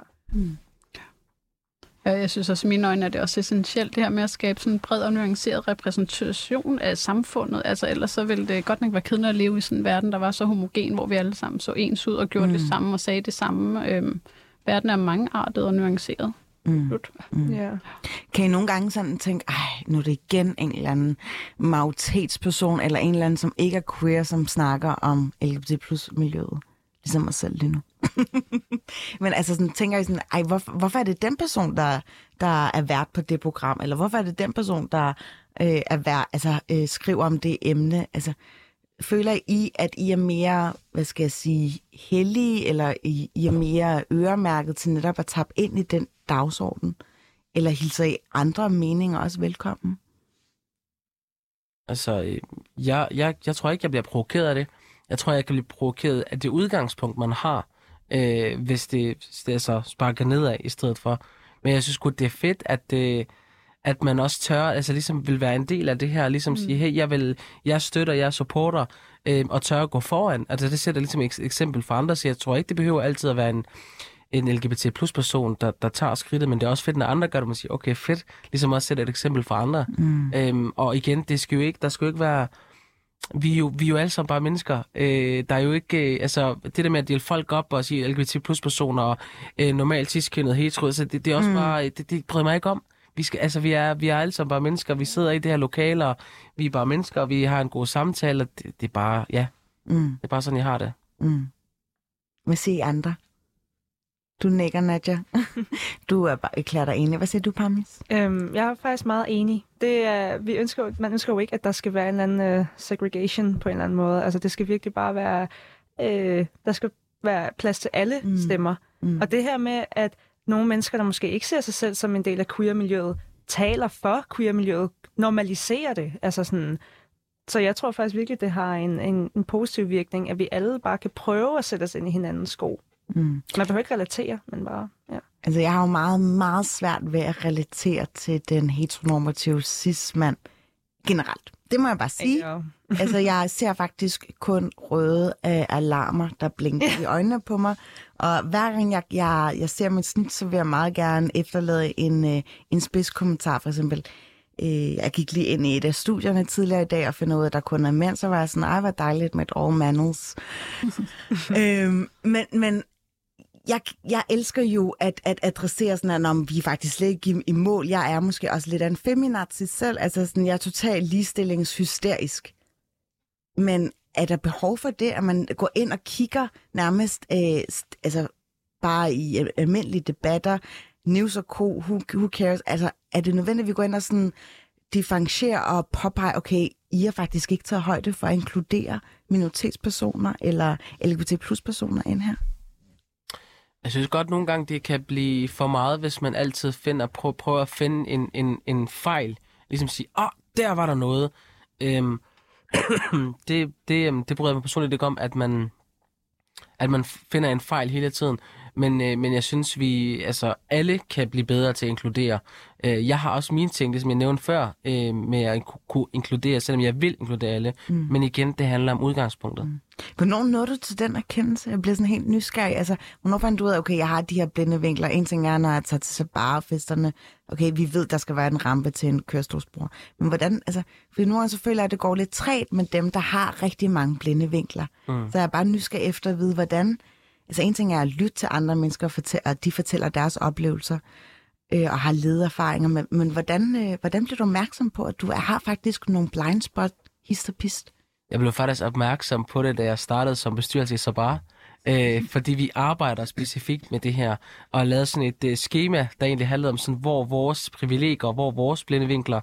Ja, jeg synes også, i mine øjne er det også essentielt, det her med at skabe sådan en bred og nuanceret repræsentation af samfundet. Altså ellers så ville det godt nok være kedeligt at leve i sådan en verden, der var så homogen, hvor vi alle sammen så ens ud og gjorde det samme og sagde det samme. Verden er mangeartet og nuanceret. Ja. Kan I nogle gange sådan tænke, nu er det igen en eller anden majoritetsperson, eller en eller anden, som ikke er queer, som snakker om LGBT+-miljøet, ligesom mig selv lige nu. Men altså sådan, tænker I sådan, hvorfor er det den person, der er vært på det program, eller hvorfor er det den person, der er vært, skriver om det emne, altså føler I, at I er mere, hellige, eller I er mere øremærket til netop at tappe ind i den dagsorden? Eller hilser I andre meninger også velkommen? Altså, jeg tror ikke, jeg bliver provokeret af det. Jeg tror, jeg kan blive provokeret af det udgangspunkt, man har, hvis det så sparker nedad i stedet for. Men jeg synes godt det er fedt, at man også tør, altså ligesom vil være en del af det her, ligesom sige, hey, jeg støtter, jeg supporter, og tør at gå foran. Altså det sætter ligesom et eksempel for andre, så jeg tror ikke, det behøver altid at være en LGBT+-person, der tager skridtet, men det er også fedt, når andre gør det, man siger, okay, fedt, ligesom også sætter et eksempel for andre. Og igen, der skal jo ikke være, vi er jo alle sammen bare mennesker. Der er jo ikke, det der med at dele folk op og sige LGBT+-personer og normalt tidskønnet hetero, så det er også bare, det bryder mig ikke om. Vi er alle sammen bare mennesker, vi sidder i det her lokale, og vi er bare mennesker, og vi har en god samtale, og det er bare, ja, Det er bare sådan, jeg har det. Hvad siger I andre? Du nikker, Nadia. Du er bare klar dig enig. Hvad siger du, Parmis? Jeg er faktisk meget enig. Man ønsker jo ikke, at der skal være en eller anden segregation på en eller anden måde. Altså, det skal virkelig bare være... der skal være plads til alle stemmer. Og det her med, at nogle mennesker, der måske ikke ser sig selv som en del af queer-miljøet, taler for queer-miljøet, normaliserer det. Altså sådan... Så jeg tror faktisk virkelig, det har en positiv virkning, at vi alle bare kan prøve at sætte os ind i hinandens sko. Man behøver ikke relatere, men bare... Ja. Altså, jeg har jo meget, meget svært ved at relatere til den heteronormative cis-mand generelt. Det må jeg bare sige. Ja. Altså, jeg ser faktisk kun røde alarmer, der blinker i øjnene på mig. Og hver gang jeg ser mit snit, så vil jeg meget gerne efterlade en spidskommentar, for eksempel. Jeg gik lige ind i et af studierne tidligere i dag og fandt ud af, at der kun er mænd, så var jeg sådan, ej, hvor dejligt med et all mannels. Men jeg elsker jo at adressere sådan, at vi er faktisk slet ikke i mål. Jeg er måske også lidt af en feminazi selv. Altså sådan, jeg er totalt ligestillingshysterisk. Men er der behov for det, at man går ind og kigger nærmest altså bare i almindelige debatter, news og co, who cares? Altså, er det nødvendigt, at vi går ind og sådan differentiere og påpege, okay, I har faktisk ikke taget højde for at inkludere minoritetspersoner eller LGBT plus personer ind her? Jeg synes godt nogle gange, det kan blive for meget, hvis man altid prøver at finde en fejl. Ligesom sige, der var der noget. Det bryder mig personligt ikke om, at man finder en fejl hele tiden. Men jeg synes, vi alle kan blive bedre til at inkludere. Jeg har også mine ting, det som jeg nævnte før, med at kunne inkludere, selvom jeg vil inkludere alle. Men igen, det handler om udgangspunktet. Hvornår nåede du til den erkendelse? Jeg bliver sådan helt nysgerrig. Altså, hvornår fandt du ud af, okay, jeg har de her blinde vinkler. En ting er, når jeg tager til Sabarfesterne. Okay, vi ved, der skal være en rampe til en kørestolsbruger. Men hvordan, altså, for nogle gange så føler jeg, at det går lidt træt med dem, der har rigtig mange blinde vinkler. Så jeg er bare nysgerrig efter at vide, hvordan... Altså, en ting er at lytte til andre mennesker, og de fortæller deres oplevelser og har ledererfaringer. Men hvordan bliver du opmærksom på, at du har faktisk nogle blind spot, hist og pist? Jeg blev faktisk opmærksom på det, da jeg startede som bestyrelse i Sabar. Fordi vi arbejder specifikt med det her, og lavede sådan et schema, der egentlig handlede om, sådan, hvor vores privilegier, hvor vores blinde vinkler.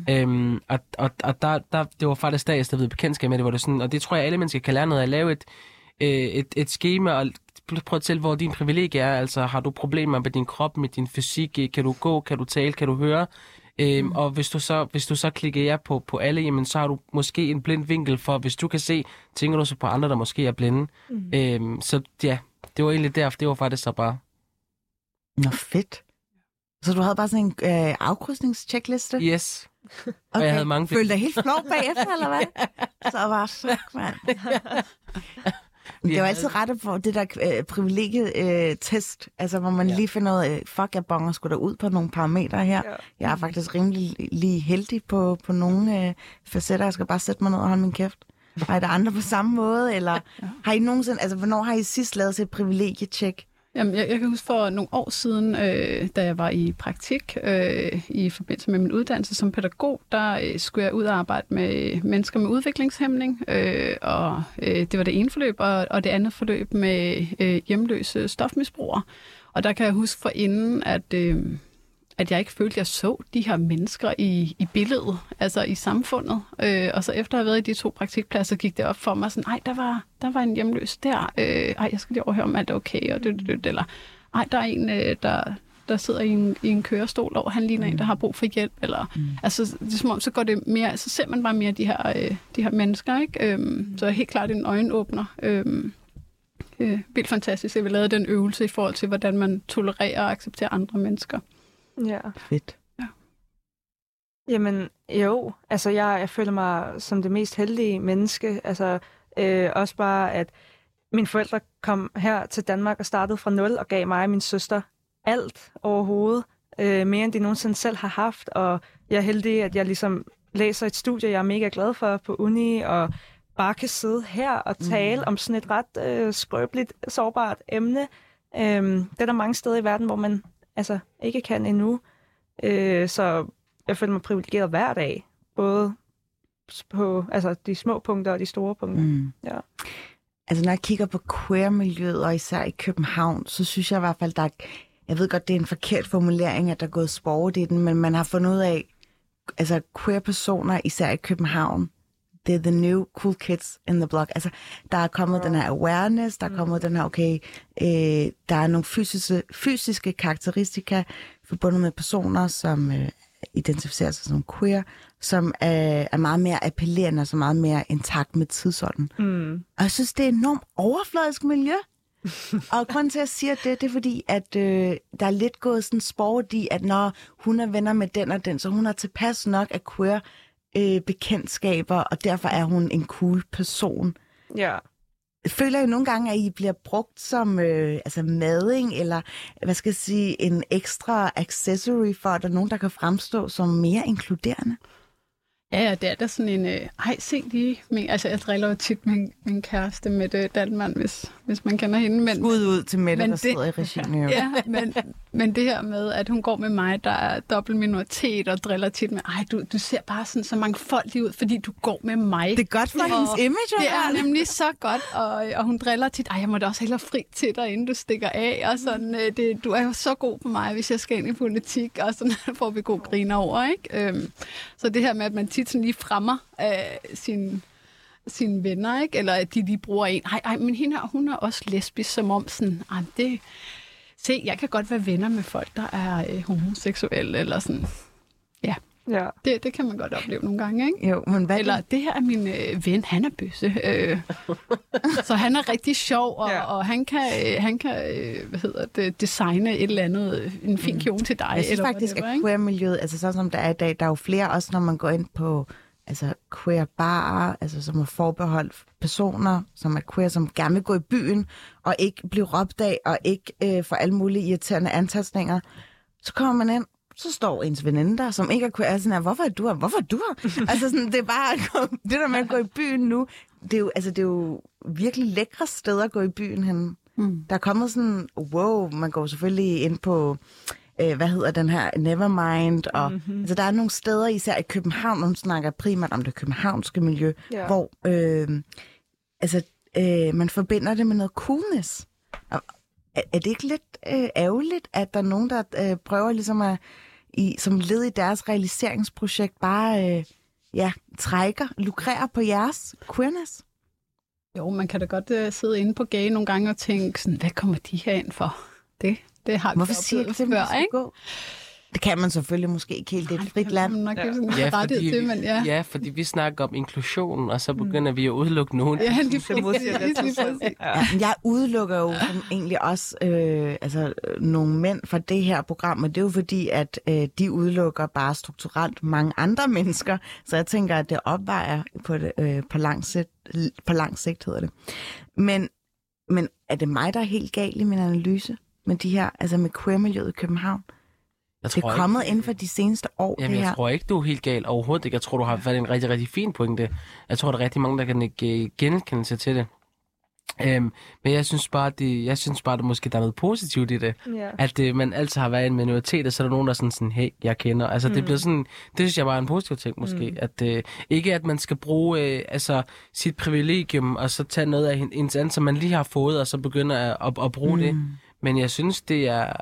Og det var faktisk da, jeg blev bekendtskab med det, hvor det sådan, og det tror jeg, alle mennesker kan lære noget at lave et schema, og prøv at tælle, hvor din privilegie er. Altså, har du problemer med din krop, med din fysik? Kan du gå? Kan du tale? Kan du høre? Og hvis du så klikker ja på alle, jamen, så har du måske en blind vinkel for, hvis du kan se, tænker du så på andre, der måske er blinde. Så ja, det var egentlig derfor, det var faktisk så bare. Nå, fedt. Så du havde bare sådan en afkrydsningscheckliste? Yes. Okay. Og jeg havde mange... Følte dig helt flov bagefter, eller hvad? Så var fuck, mand. Det er jo altid ret for det der privilegietest, altså hvor man lige finder ud af, fuck, jeg bonger sgu da ud på nogle parametre her. Ja. Jeg er faktisk rimelig lige heldig på nogle facetter. Jeg skal bare sætte mig ned og holde min kæft. Har I der andre på samme måde, eller har I nogensinde, altså hvornår har I sidst lavet et privilegietjek? Jamen, jeg kan huske for nogle år siden, da jeg var i praktik i forbindelse med min uddannelse som pædagog, der skulle jeg ud og arbejde med mennesker med udviklingshæmning, og det var det ene forløb, og det andet forløb med hjemløse stofmisbrugere. Og der kan jeg huske forinden, at jeg ikke følte, at jeg så de her mennesker i billedet, altså i samfundet. Og så efter at have været i de 2 praktikpladser, gik det op for mig sådan, der var en hjemløs der. Jeg skal lige overhøre, om alt er okay. Og eller, der er en, der sidder i en kørestol, og han ligner en, der har brug for hjælp. Eller, altså, det er som om, så går det mere, så ser man bare mere de her mennesker, ikke? Så helt klart en øjenåbner. Vildt fantastisk, at vi lavede den øvelse i forhold til, hvordan man tolererer og accepterer andre mennesker. Ja. Fedt. Ja. Jamen, jo. Altså, jeg føler mig som det mest heldige menneske. Altså, også bare, at mine forældre kom her til Danmark og startede fra 0 og gav mig og min søster alt overhovedet. Mere end de nogensinde selv har haft. Og jeg er heldig, at jeg ligesom læser et studie, jeg er mega glad for på uni, og bare kan sidde her og tale om sådan et ret skrøbeligt, sårbart emne. Det er der mange steder i verden, hvor man altså ikke kan endnu. Så jeg føler mig privilegeret hver dag. Både på altså, de små punkter og de store punkter. Ja. Altså når jeg kigger på queer-miljøet, og især i København, så synes jeg i hvert fald, jeg ved godt, det er en forkert formulering, at der er gået sport i den, men man har fundet ud af, altså queer-personer, især i København, det er the new cool kids in the block. Altså, der er kommet den her awareness, der er kommet den her, der er nogle fysiske karakteristika forbundet med personer, som identificerer sig som queer, som er meget mere appellerende og så meget mere intakt med tidsånden. Og jeg synes, det er et enormt overfladisk miljø. Og grunden til, at jeg siger det er fordi, at der er lidt gået sådan sport i, at når hun er venner med den og den, så hun har tilpas nok af queer bekendtskaber, og derfor er hun en cool person. Ja. Føler jeg nogle gange, at I bliver brugt som mading, eller hvad skal jeg sige, en ekstra accessory for, at der er nogen, der kan fremstå som mere inkluderende? Ja, det er da sådan en... se lige... jeg driller jo tit min kæreste Mette Dalman, hvis man kender hende. Men, ud til Mette, der sidder i regien. Ja, men det her med, at hun går med mig, der er dobbelt minoritet, og driller tit med, du ser bare sådan så mange folk ud, fordi du går med mig. Det er godt for hendes image. Det er nemlig så godt, og hun driller tit, jeg må da også hellere fri til dig, inden du stikker af, og sådan, du er jo så god på mig, hvis jeg skal ind i politik, og sådan får vi god griner over, ikke? Så det her med, at man tit sådan lige fremmer sine venner, ikke? Eller at de lige bruger en. Men hende her, hun er også lesbisk, som om sådan, jeg kan godt være venner med folk, der er homoseksuelle, eller sådan. Ja. Det kan man godt opleve nogle gange, ikke? Jo, men hvad eller det her er min ven, han er bøsse. Så han er rigtig sjov, og han kan designe et eller andet, en fin kjole til dig. Jeg synes faktisk, at queer-miljøet, altså sådan som der er i dag, der er jo flere, også når man går ind på queer barer, altså som er forbeholdt personer, som er queer, som gerne vil gå i byen, og ikke blive råbt af, og ikke få alle mulige irriterende antastninger. Så kommer man ind, så står ens veninde der, som ikke er queer, sådan her, hvorfor er du her? Altså sådan, det er bare, det der med at gå i byen nu, det er jo virkelig lækre steder at gå i byen henne. Der er kommet sådan, man går selvfølgelig ind på, den her Nevermind, og altså, der er nogle steder, især i København, man snakker primært om det københavnske miljø, hvor man forbinder det med noget coolness. Og er det ikke lidt ærgerligt, at der er nogen, der prøver ligesom at, som led i deres realiseringsprojekt, bare lukrerer på jeres queerness? Jo, man kan da godt sidde inde på gay nogle gange og tænke sådan, hvad kommer de her ind for? Det har vi oplevet før, ikke? Det kan man selvfølgelig måske ikke helt. Det er et frit land. Fordi vi snakker om inklusion, og så begynder vi at udelukke nogen. Jeg udelukker jo egentlig også nogle mænd fra det her program, men det er jo fordi, at de udelukker bare strukturelt mange andre mennesker, så jeg tænker, at det opvejer på lang sigt hedder det. Men er det mig, der er helt gal i min analyse med de her, altså med queer-miljøet i København? Det er kommet inden for de seneste år, Jamen, det her. Jeg tror ikke, du er helt gal overhovedet ikke. Jeg tror, du har fået en rigtig, rigtig fin pointe. Jeg tror, der er rigtig mange, der kan genkende sig til det. Men jeg synes bare, at måske der er noget positivt i det. Yeah. At man altid har været en minoritet, og så er der nogen, der er sådan, hey, jeg kender. Altså, det bliver sådan, det synes jeg bare er en positiv ting måske. At ikke at man skal bruge sit privilegium, og så tage noget af ens andet, som man lige har fået, og så begynde at bruge det. Men jeg synes, det er,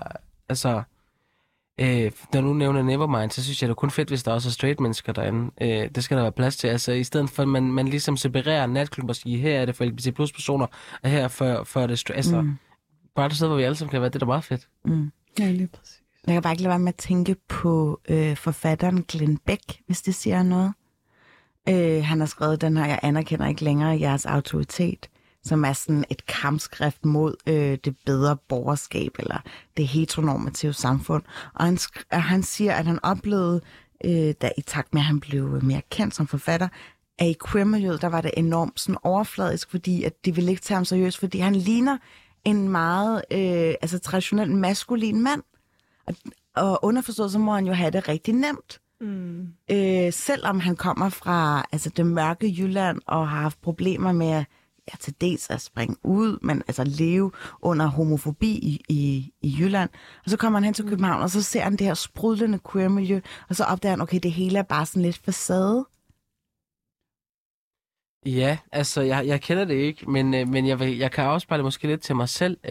når du nævner Nevermind, så synes jeg, det er kun fedt, hvis der også er straight mennesker derinde. Det skal der være plads til. Altså, i stedet for, at man ligesom separerer natklub og siger, her er det for LGBT plus personer, og her for det straight. Altså, bare det sted, hvor vi alle sammen kan være, det er da meget fedt. Ja, lige præcis. Jeg kan bare ikke lade være med at tænke på forfatteren Glenn Beck, hvis det siger noget. Han har skrevet den her, jeg anerkender ikke længere jeres autoritet, som er sådan et kampskrift mod det bedre borgerskab, eller det heteronormative samfund. Og han siger, at han oplevede, da i takt med, at han blev mere kendt som forfatter, at i queer-miljøet, der var det enormt sådan overfladisk, fordi at de ville ikke tage ham seriøst, fordi han ligner en meget traditionel maskulin mand. Og underforstået, så må han jo have det rigtig nemt. Selvom han kommer fra det mørke Jylland, og har haft problemer med til dels at springe ud, men leve under homofobi i Jylland. Og så kommer han hen til København, og så ser han det her sprudlende queer-miljø, og så opdager han, okay, det hele er bare sådan lidt facade. Ja, altså, jeg kender det ikke, men jeg kan afspejle måske lidt til mig selv.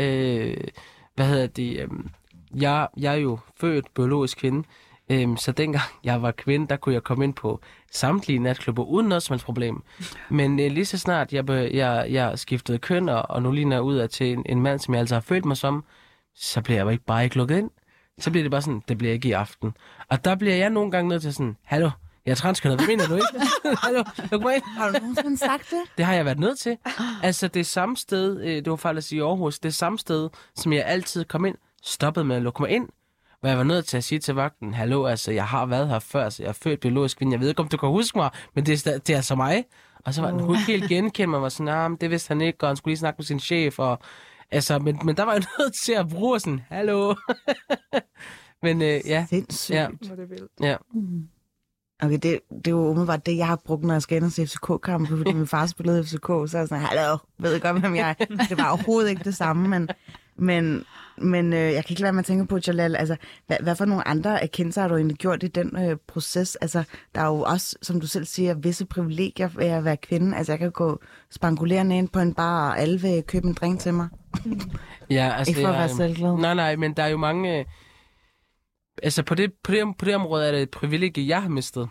Jeg er jo født biologisk kvinde, så dengang jeg var kvinde, der kunne jeg komme ind på samtlige natklubber uden noget som helst problem. Men lige så snart jeg skiftede køn, og nu ligner jeg ud af til en mand, som jeg altså har følt mig som, så bliver jeg jo ikke lukket ind. Så bliver det bare sådan, det bliver ikke i aften. Og der bliver jeg nogle gange nødt til sådan, hallo, jeg er transkønnet, hvad mener du ikke? Hallo, luk mig ind. Har du nogensinde sagt det? Det har jeg været nødt til. Altså det samme sted, det var faktisk i Aarhus, det samme sted, som jeg altid kom ind, stoppede med at lukke mig ind. Hvor jeg var nødt til at sige til vagten, hallo, altså jeg har været her før, så jeg er født biologisk kvinde, jeg ved ikke, om du kan huske mig, men det er altså mig. Og så var den ikke helt genkendt mig, var sådan, det vidste han ikke, og han skulle lige snakke med sin chef, og altså, men der var jeg nødt til at bruge sådan, hallo. Men ja. Sindssygt. Ja. Ja. Okay, det er jo umiddelbart det, jeg har brugt, når jeg skal ind til FCK-kampe, fordi min far spillede FCK, så er jeg sådan, hallo, ved jeg godt, hvem jeg er. Det var overhovedet ikke det samme, men jeg kan ikke lade mig tænke på, Jalal, altså, hvad for nogle andre erkendelser har du egentlig gjort i den proces? Altså, der er jo også, som du selv siger, visse privilegier ved at være kvinde. Altså, jeg kan gå spangulerende ind på en bar, og alle vil købe en drink til mig. Ja, altså, ikke for at være selvglad. Nej, men der er jo mange... Altså, på det område er det et privilegie, jeg har mistet.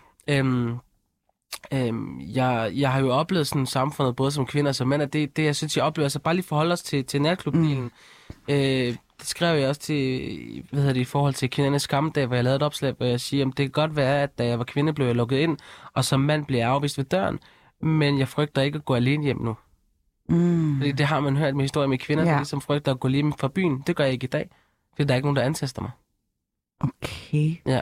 Jeg har jo oplevet sådan samfundet, både som kvinder og som mænd, og det jeg synes, jeg oplever, altså bare lige forholde os til natklubdelen. Det skrev jeg også til, i forhold til kvindernes skamdag, hvor jeg lavede et opslag, hvor jeg siger, at det kan godt være, at da jeg var kvinde, blev jeg lukket ind, og som mand blev jeg afvist ved døren, men jeg frygter ikke at gå alene hjem nu. Fordi det har man hørt med historier med kvinder, der ligesom frygter at gå lige fra byen. Det gør jeg ikke i dag, fordi der er ikke nogen, der antaster mig. Okay. Ja.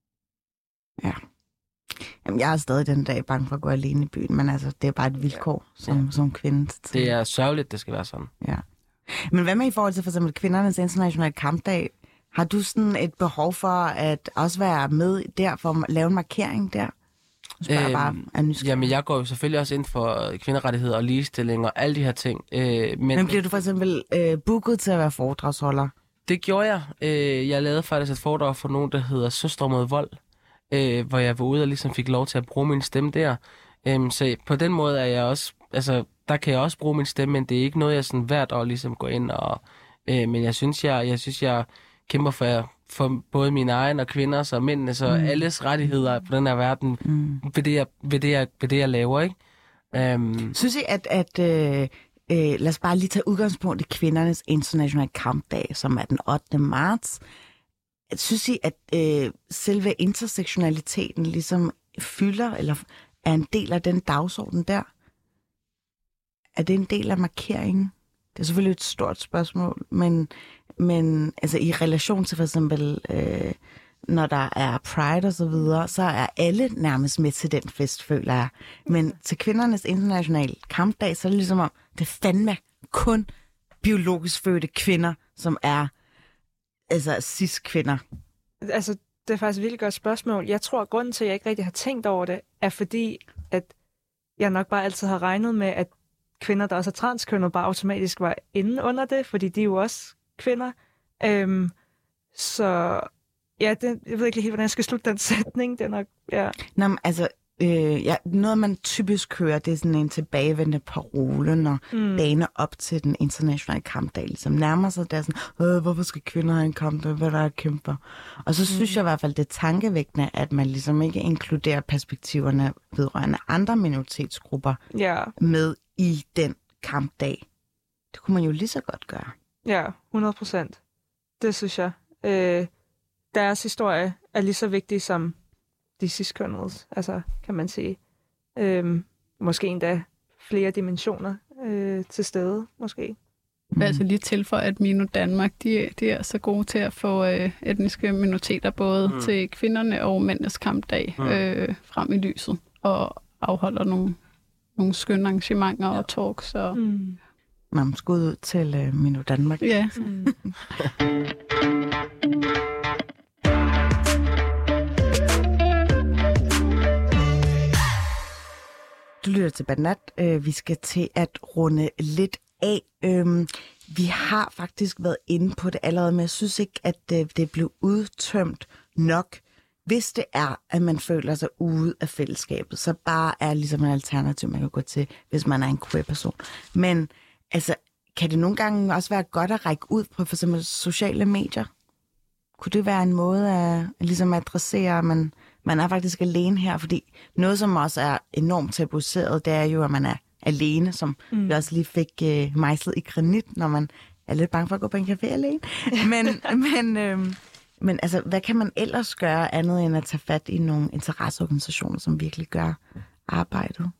Jamen, jeg er stadig den dag bange for at gå alene i byen, men altså, det er bare et vilkår som kvinde. Det er sørgeligt, det skal være sådan. Ja. Men hvad med i forhold til for eksempel kvindernes internationale kampdag? Har du sådan et behov for at også være med der for at lave en markering der? Jamen, jeg går jo selvfølgelig også ind for kvinderettigheder og ligestilling og alle de her ting. Men bliver du for eksempel booket til at være foredragsholder? Det gjorde jeg. Jeg lavede faktisk et foredrag for nogen, der hedder Søstre mod vold, hvor jeg var ude og ligesom fik lov til at bruge min stemme der. Så på den måde er jeg også, altså der kan jeg også bruge min stemme, men det er ikke noget, jeg sådan hvert år ligesom går ind og... men jeg synes, jeg kæmper for både mine egne og kvinders og mændenes så alles rettigheder på den her verden ved det, jeg laver, ikke? Synes I, at lad os bare lige tage udgangspunkt i kvindernes internationale kampdag, som er den 8. marts. Synes I, at selve intersektionaliteten ligesom fylder, eller er en del af den dagsorden der? Er det en del af markeringen? Det er selvfølgelig et stort spørgsmål, men altså i relation til for eksempel, når der er Pride og så videre, så er alle nærmest med til den fest, føler jeg. Men til kvindernes internationale kampdag, så er det ligesom om, det fandme kun biologisk fødte kvinder, som er altså cis-kvinder. Altså, det er faktisk et virkelig godt spørgsmål. Jeg tror, at grunden til, at jeg ikke rigtig har tænkt over det, er fordi, at jeg nok bare altid har regnet med, at kvinder, der også er transkønnet, bare automatisk var inde under det, fordi de er jo også kvinder. Så ja, jeg ved ikke helt, hvordan jeg skal slutte den sætning. Det er nok, ja. Nå, men altså, noget man typisk hører, det er sådan en tilbagevendende parole, når dagene op til den internationale kampdag ligesom nærmer sig, der er sådan, hvorfor skal kvinder have en kampdag, hvad der er kæmper? Og så synes jeg i hvert fald, det er tankevækkende, at man ligesom ikke inkluderer perspektiverne vedrørende andre minoritetsgrupper med i den kampdag. Det kunne man jo lige så godt gøre. Ja, 100%. Det synes jeg. Deres historie er lige så vigtig som de cis-kønnedes, altså kan man sige. Måske endda flere dimensioner til stede, måske. Jeg vil altså lige tilføje, at Mino Danmark, de er så gode til at få etniske minoriteter, både til kvinderne og mændenes kampdag, frem i lyset, og afholder nogle skønne arrangementer og talks. Og... Man skal ud til Mino Danmark. Ja. Du lytter til Banat. Vi skal til at runde lidt af. Vi har faktisk været inde på det allerede, men jeg synes ikke, at det blev udtømt nok, hvis det er, at man føler sig ude af fællesskabet, så bare er ligesom en alternativ, man kan gå til, hvis man er en queer-person. Men altså, kan det nogle gange også være godt at række ud på for eksempel sociale medier? Kunne det være en måde at ligesom adressere, at man er faktisk alene her? Fordi noget, som også er enormt tabuiseret, det er jo, at man er alene, som vi også lige fik mejslet i granit, når man er lidt bange for at gå på en café alene. Men altså, hvad kan man ellers gøre andet end at tage fat i nogle interesseorganisationer, som virkelig gør arbejdet?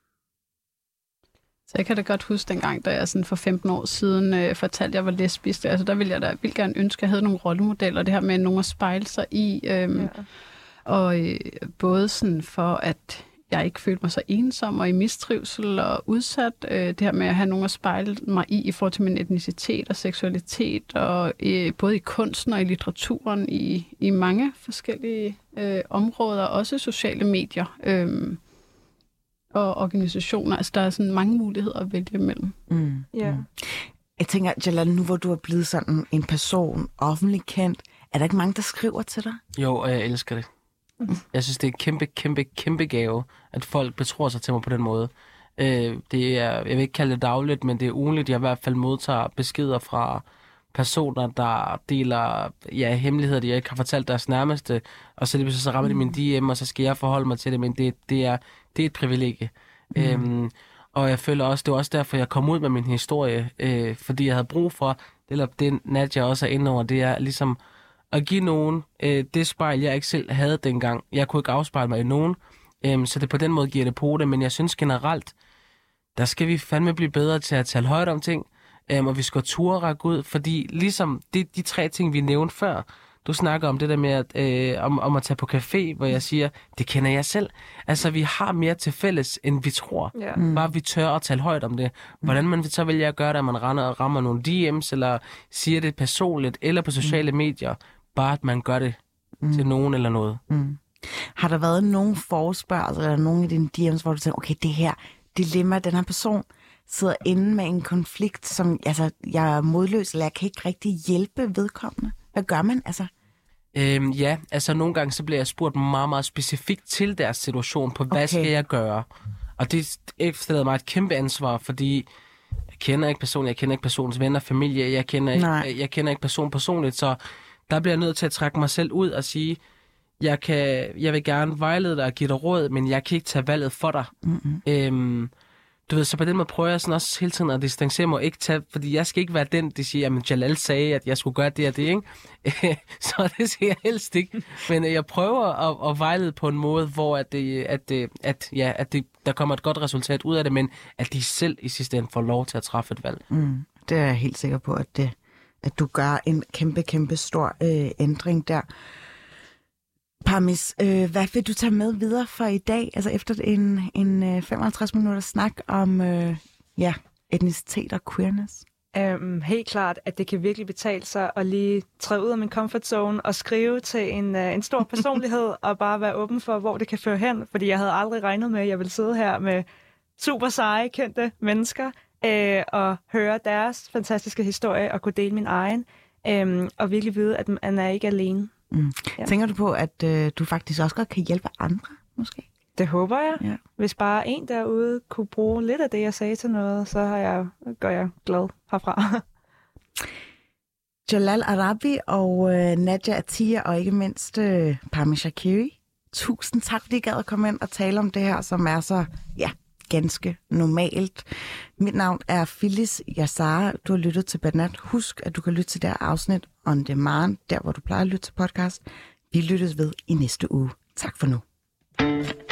Så jeg kan da godt huske dengang, da jeg sådan for 15 år siden fortalte, at jeg var lesbisk. Altså, der ville jeg da vildt gerne ønske, at jeg havde nogle rollemodeller, det her med nogen at spejle sig i. Og både sådan for, at jeg ikke følte mig så ensom og i mistrivsel og udsat. Det her med at have nogen at spejle mig i forhold til min etnicitet og seksualitet, og både i kunsten og i litteraturen, i mange forskellige områder, også sociale medier og organisationer. Altså, der er sådan mange muligheder at vælge imellem. Jeg tænker, Jalal, nu hvor du er blevet sådan en person, offentlig kendt, er der ikke mange, der skriver til dig? Jo, og jeg elsker det. Jeg synes, det er en kæmpe gave, at folk betror sig til mig på den måde. Det er, jeg vil ikke kalde det dagligt, men det er ugenligt. Jeg i hvert fald modtager beskeder fra personer, der deler hemmeligheder, de ikke har fortalt deres nærmeste, og så rammer de min DM, og så skal jeg forholde mig til det, men det er et privilegie. Og jeg føler også, det var også derfor, jeg kom ud med min historie, fordi jeg havde brug for, eller det Nadia også er inde over, det er ligesom at give nogen det spejl, jeg ikke selv havde dengang. Jeg kunne ikke afspejle mig i nogen, så det på den måde giver det på det, men jeg synes generelt, der skal vi fandme blive bedre til at tale højt om ting, og vi skal turde række ud, fordi ligesom de 3 ting, vi nævnte før, du snakker om det der med om at tage på café, hvor jeg siger, det kender jeg selv. Altså, vi har mere til fælles, end vi tror. Bare vi tør at tale højt om det. Hvordan man så vælger at gøre det, at man rammer nogle DM's, eller siger det personligt, eller på sociale medier. Bare at man gør det til nogen eller noget. Har der været nogen forespørgsel, eller nogen af dine DM's, hvor du tænker, okay, det her dilemma, den her person sidder inde med en konflikt, som altså, jeg er modløs, eller jeg kan ikke rigtig hjælpe vedkommende? Hvad gør man, altså? Ja, altså nogle gange så bliver jeg spurgt meget, meget specifikt til deres situation på, hvad skal jeg gøre? Og det efterlader mig et kæmpe ansvar, fordi jeg kender ikke personens venner, familie, jeg kender ikke personen personligt, så der bliver jeg nødt til at trække mig selv ud og sige, jeg vil gerne vejlede dig og give dig råd, men jeg kan ikke tage valget for dig. Du ved, så på den måde prøver jeg sådan også hele tiden at distancere mig og ikke tage, fordi jeg skal ikke være den, der siger, at Jalal sagde, at jeg skulle gøre det og det, ikke? Så det siger jeg helst ikke. Men jeg prøver at vejlede på en måde, hvor der kommer et godt resultat ud af det, men at de selv i sidste ende får lov til at træffe et valg. Det er jeg helt sikker på, at du gør en kæmpe stor ændring der. Parmis, hvad vil du tage med videre for i dag, altså efter en 55 minutter snak om etnicitet og queerness? Helt klart, at det kan virkelig betale sig at lige træde ud af min comfort zone og skrive til en stor personlighed og bare være åben for, hvor det kan føre hen, fordi jeg havde aldrig regnet med, at jeg ville sidde her med super seje, kendte mennesker og høre deres fantastiske historie og kunne dele min egen og virkelig vide, at man er ikke alene. Ja. Tænker du på, at du faktisk også godt kan hjælpe andre, måske? Det håber jeg. Ja. Hvis bare en derude kunne bruge lidt af det, jeg sagde til noget, så gør jeg glad herfra. Jalal Arabi og Nadia Atiya og ikke mindst Parmis Shakeri. Tusind tak, fordi I gad at komme ind og tale om det her, som er så ganske normalt. Mit navn er Phyllis Yassara. Du har lyttet til Banat. Husk, at du kan lytte til det her afsnit on demand, der hvor du plejer at lytte til podcast. Vi lyttes ved i næste uge. Tak for nu.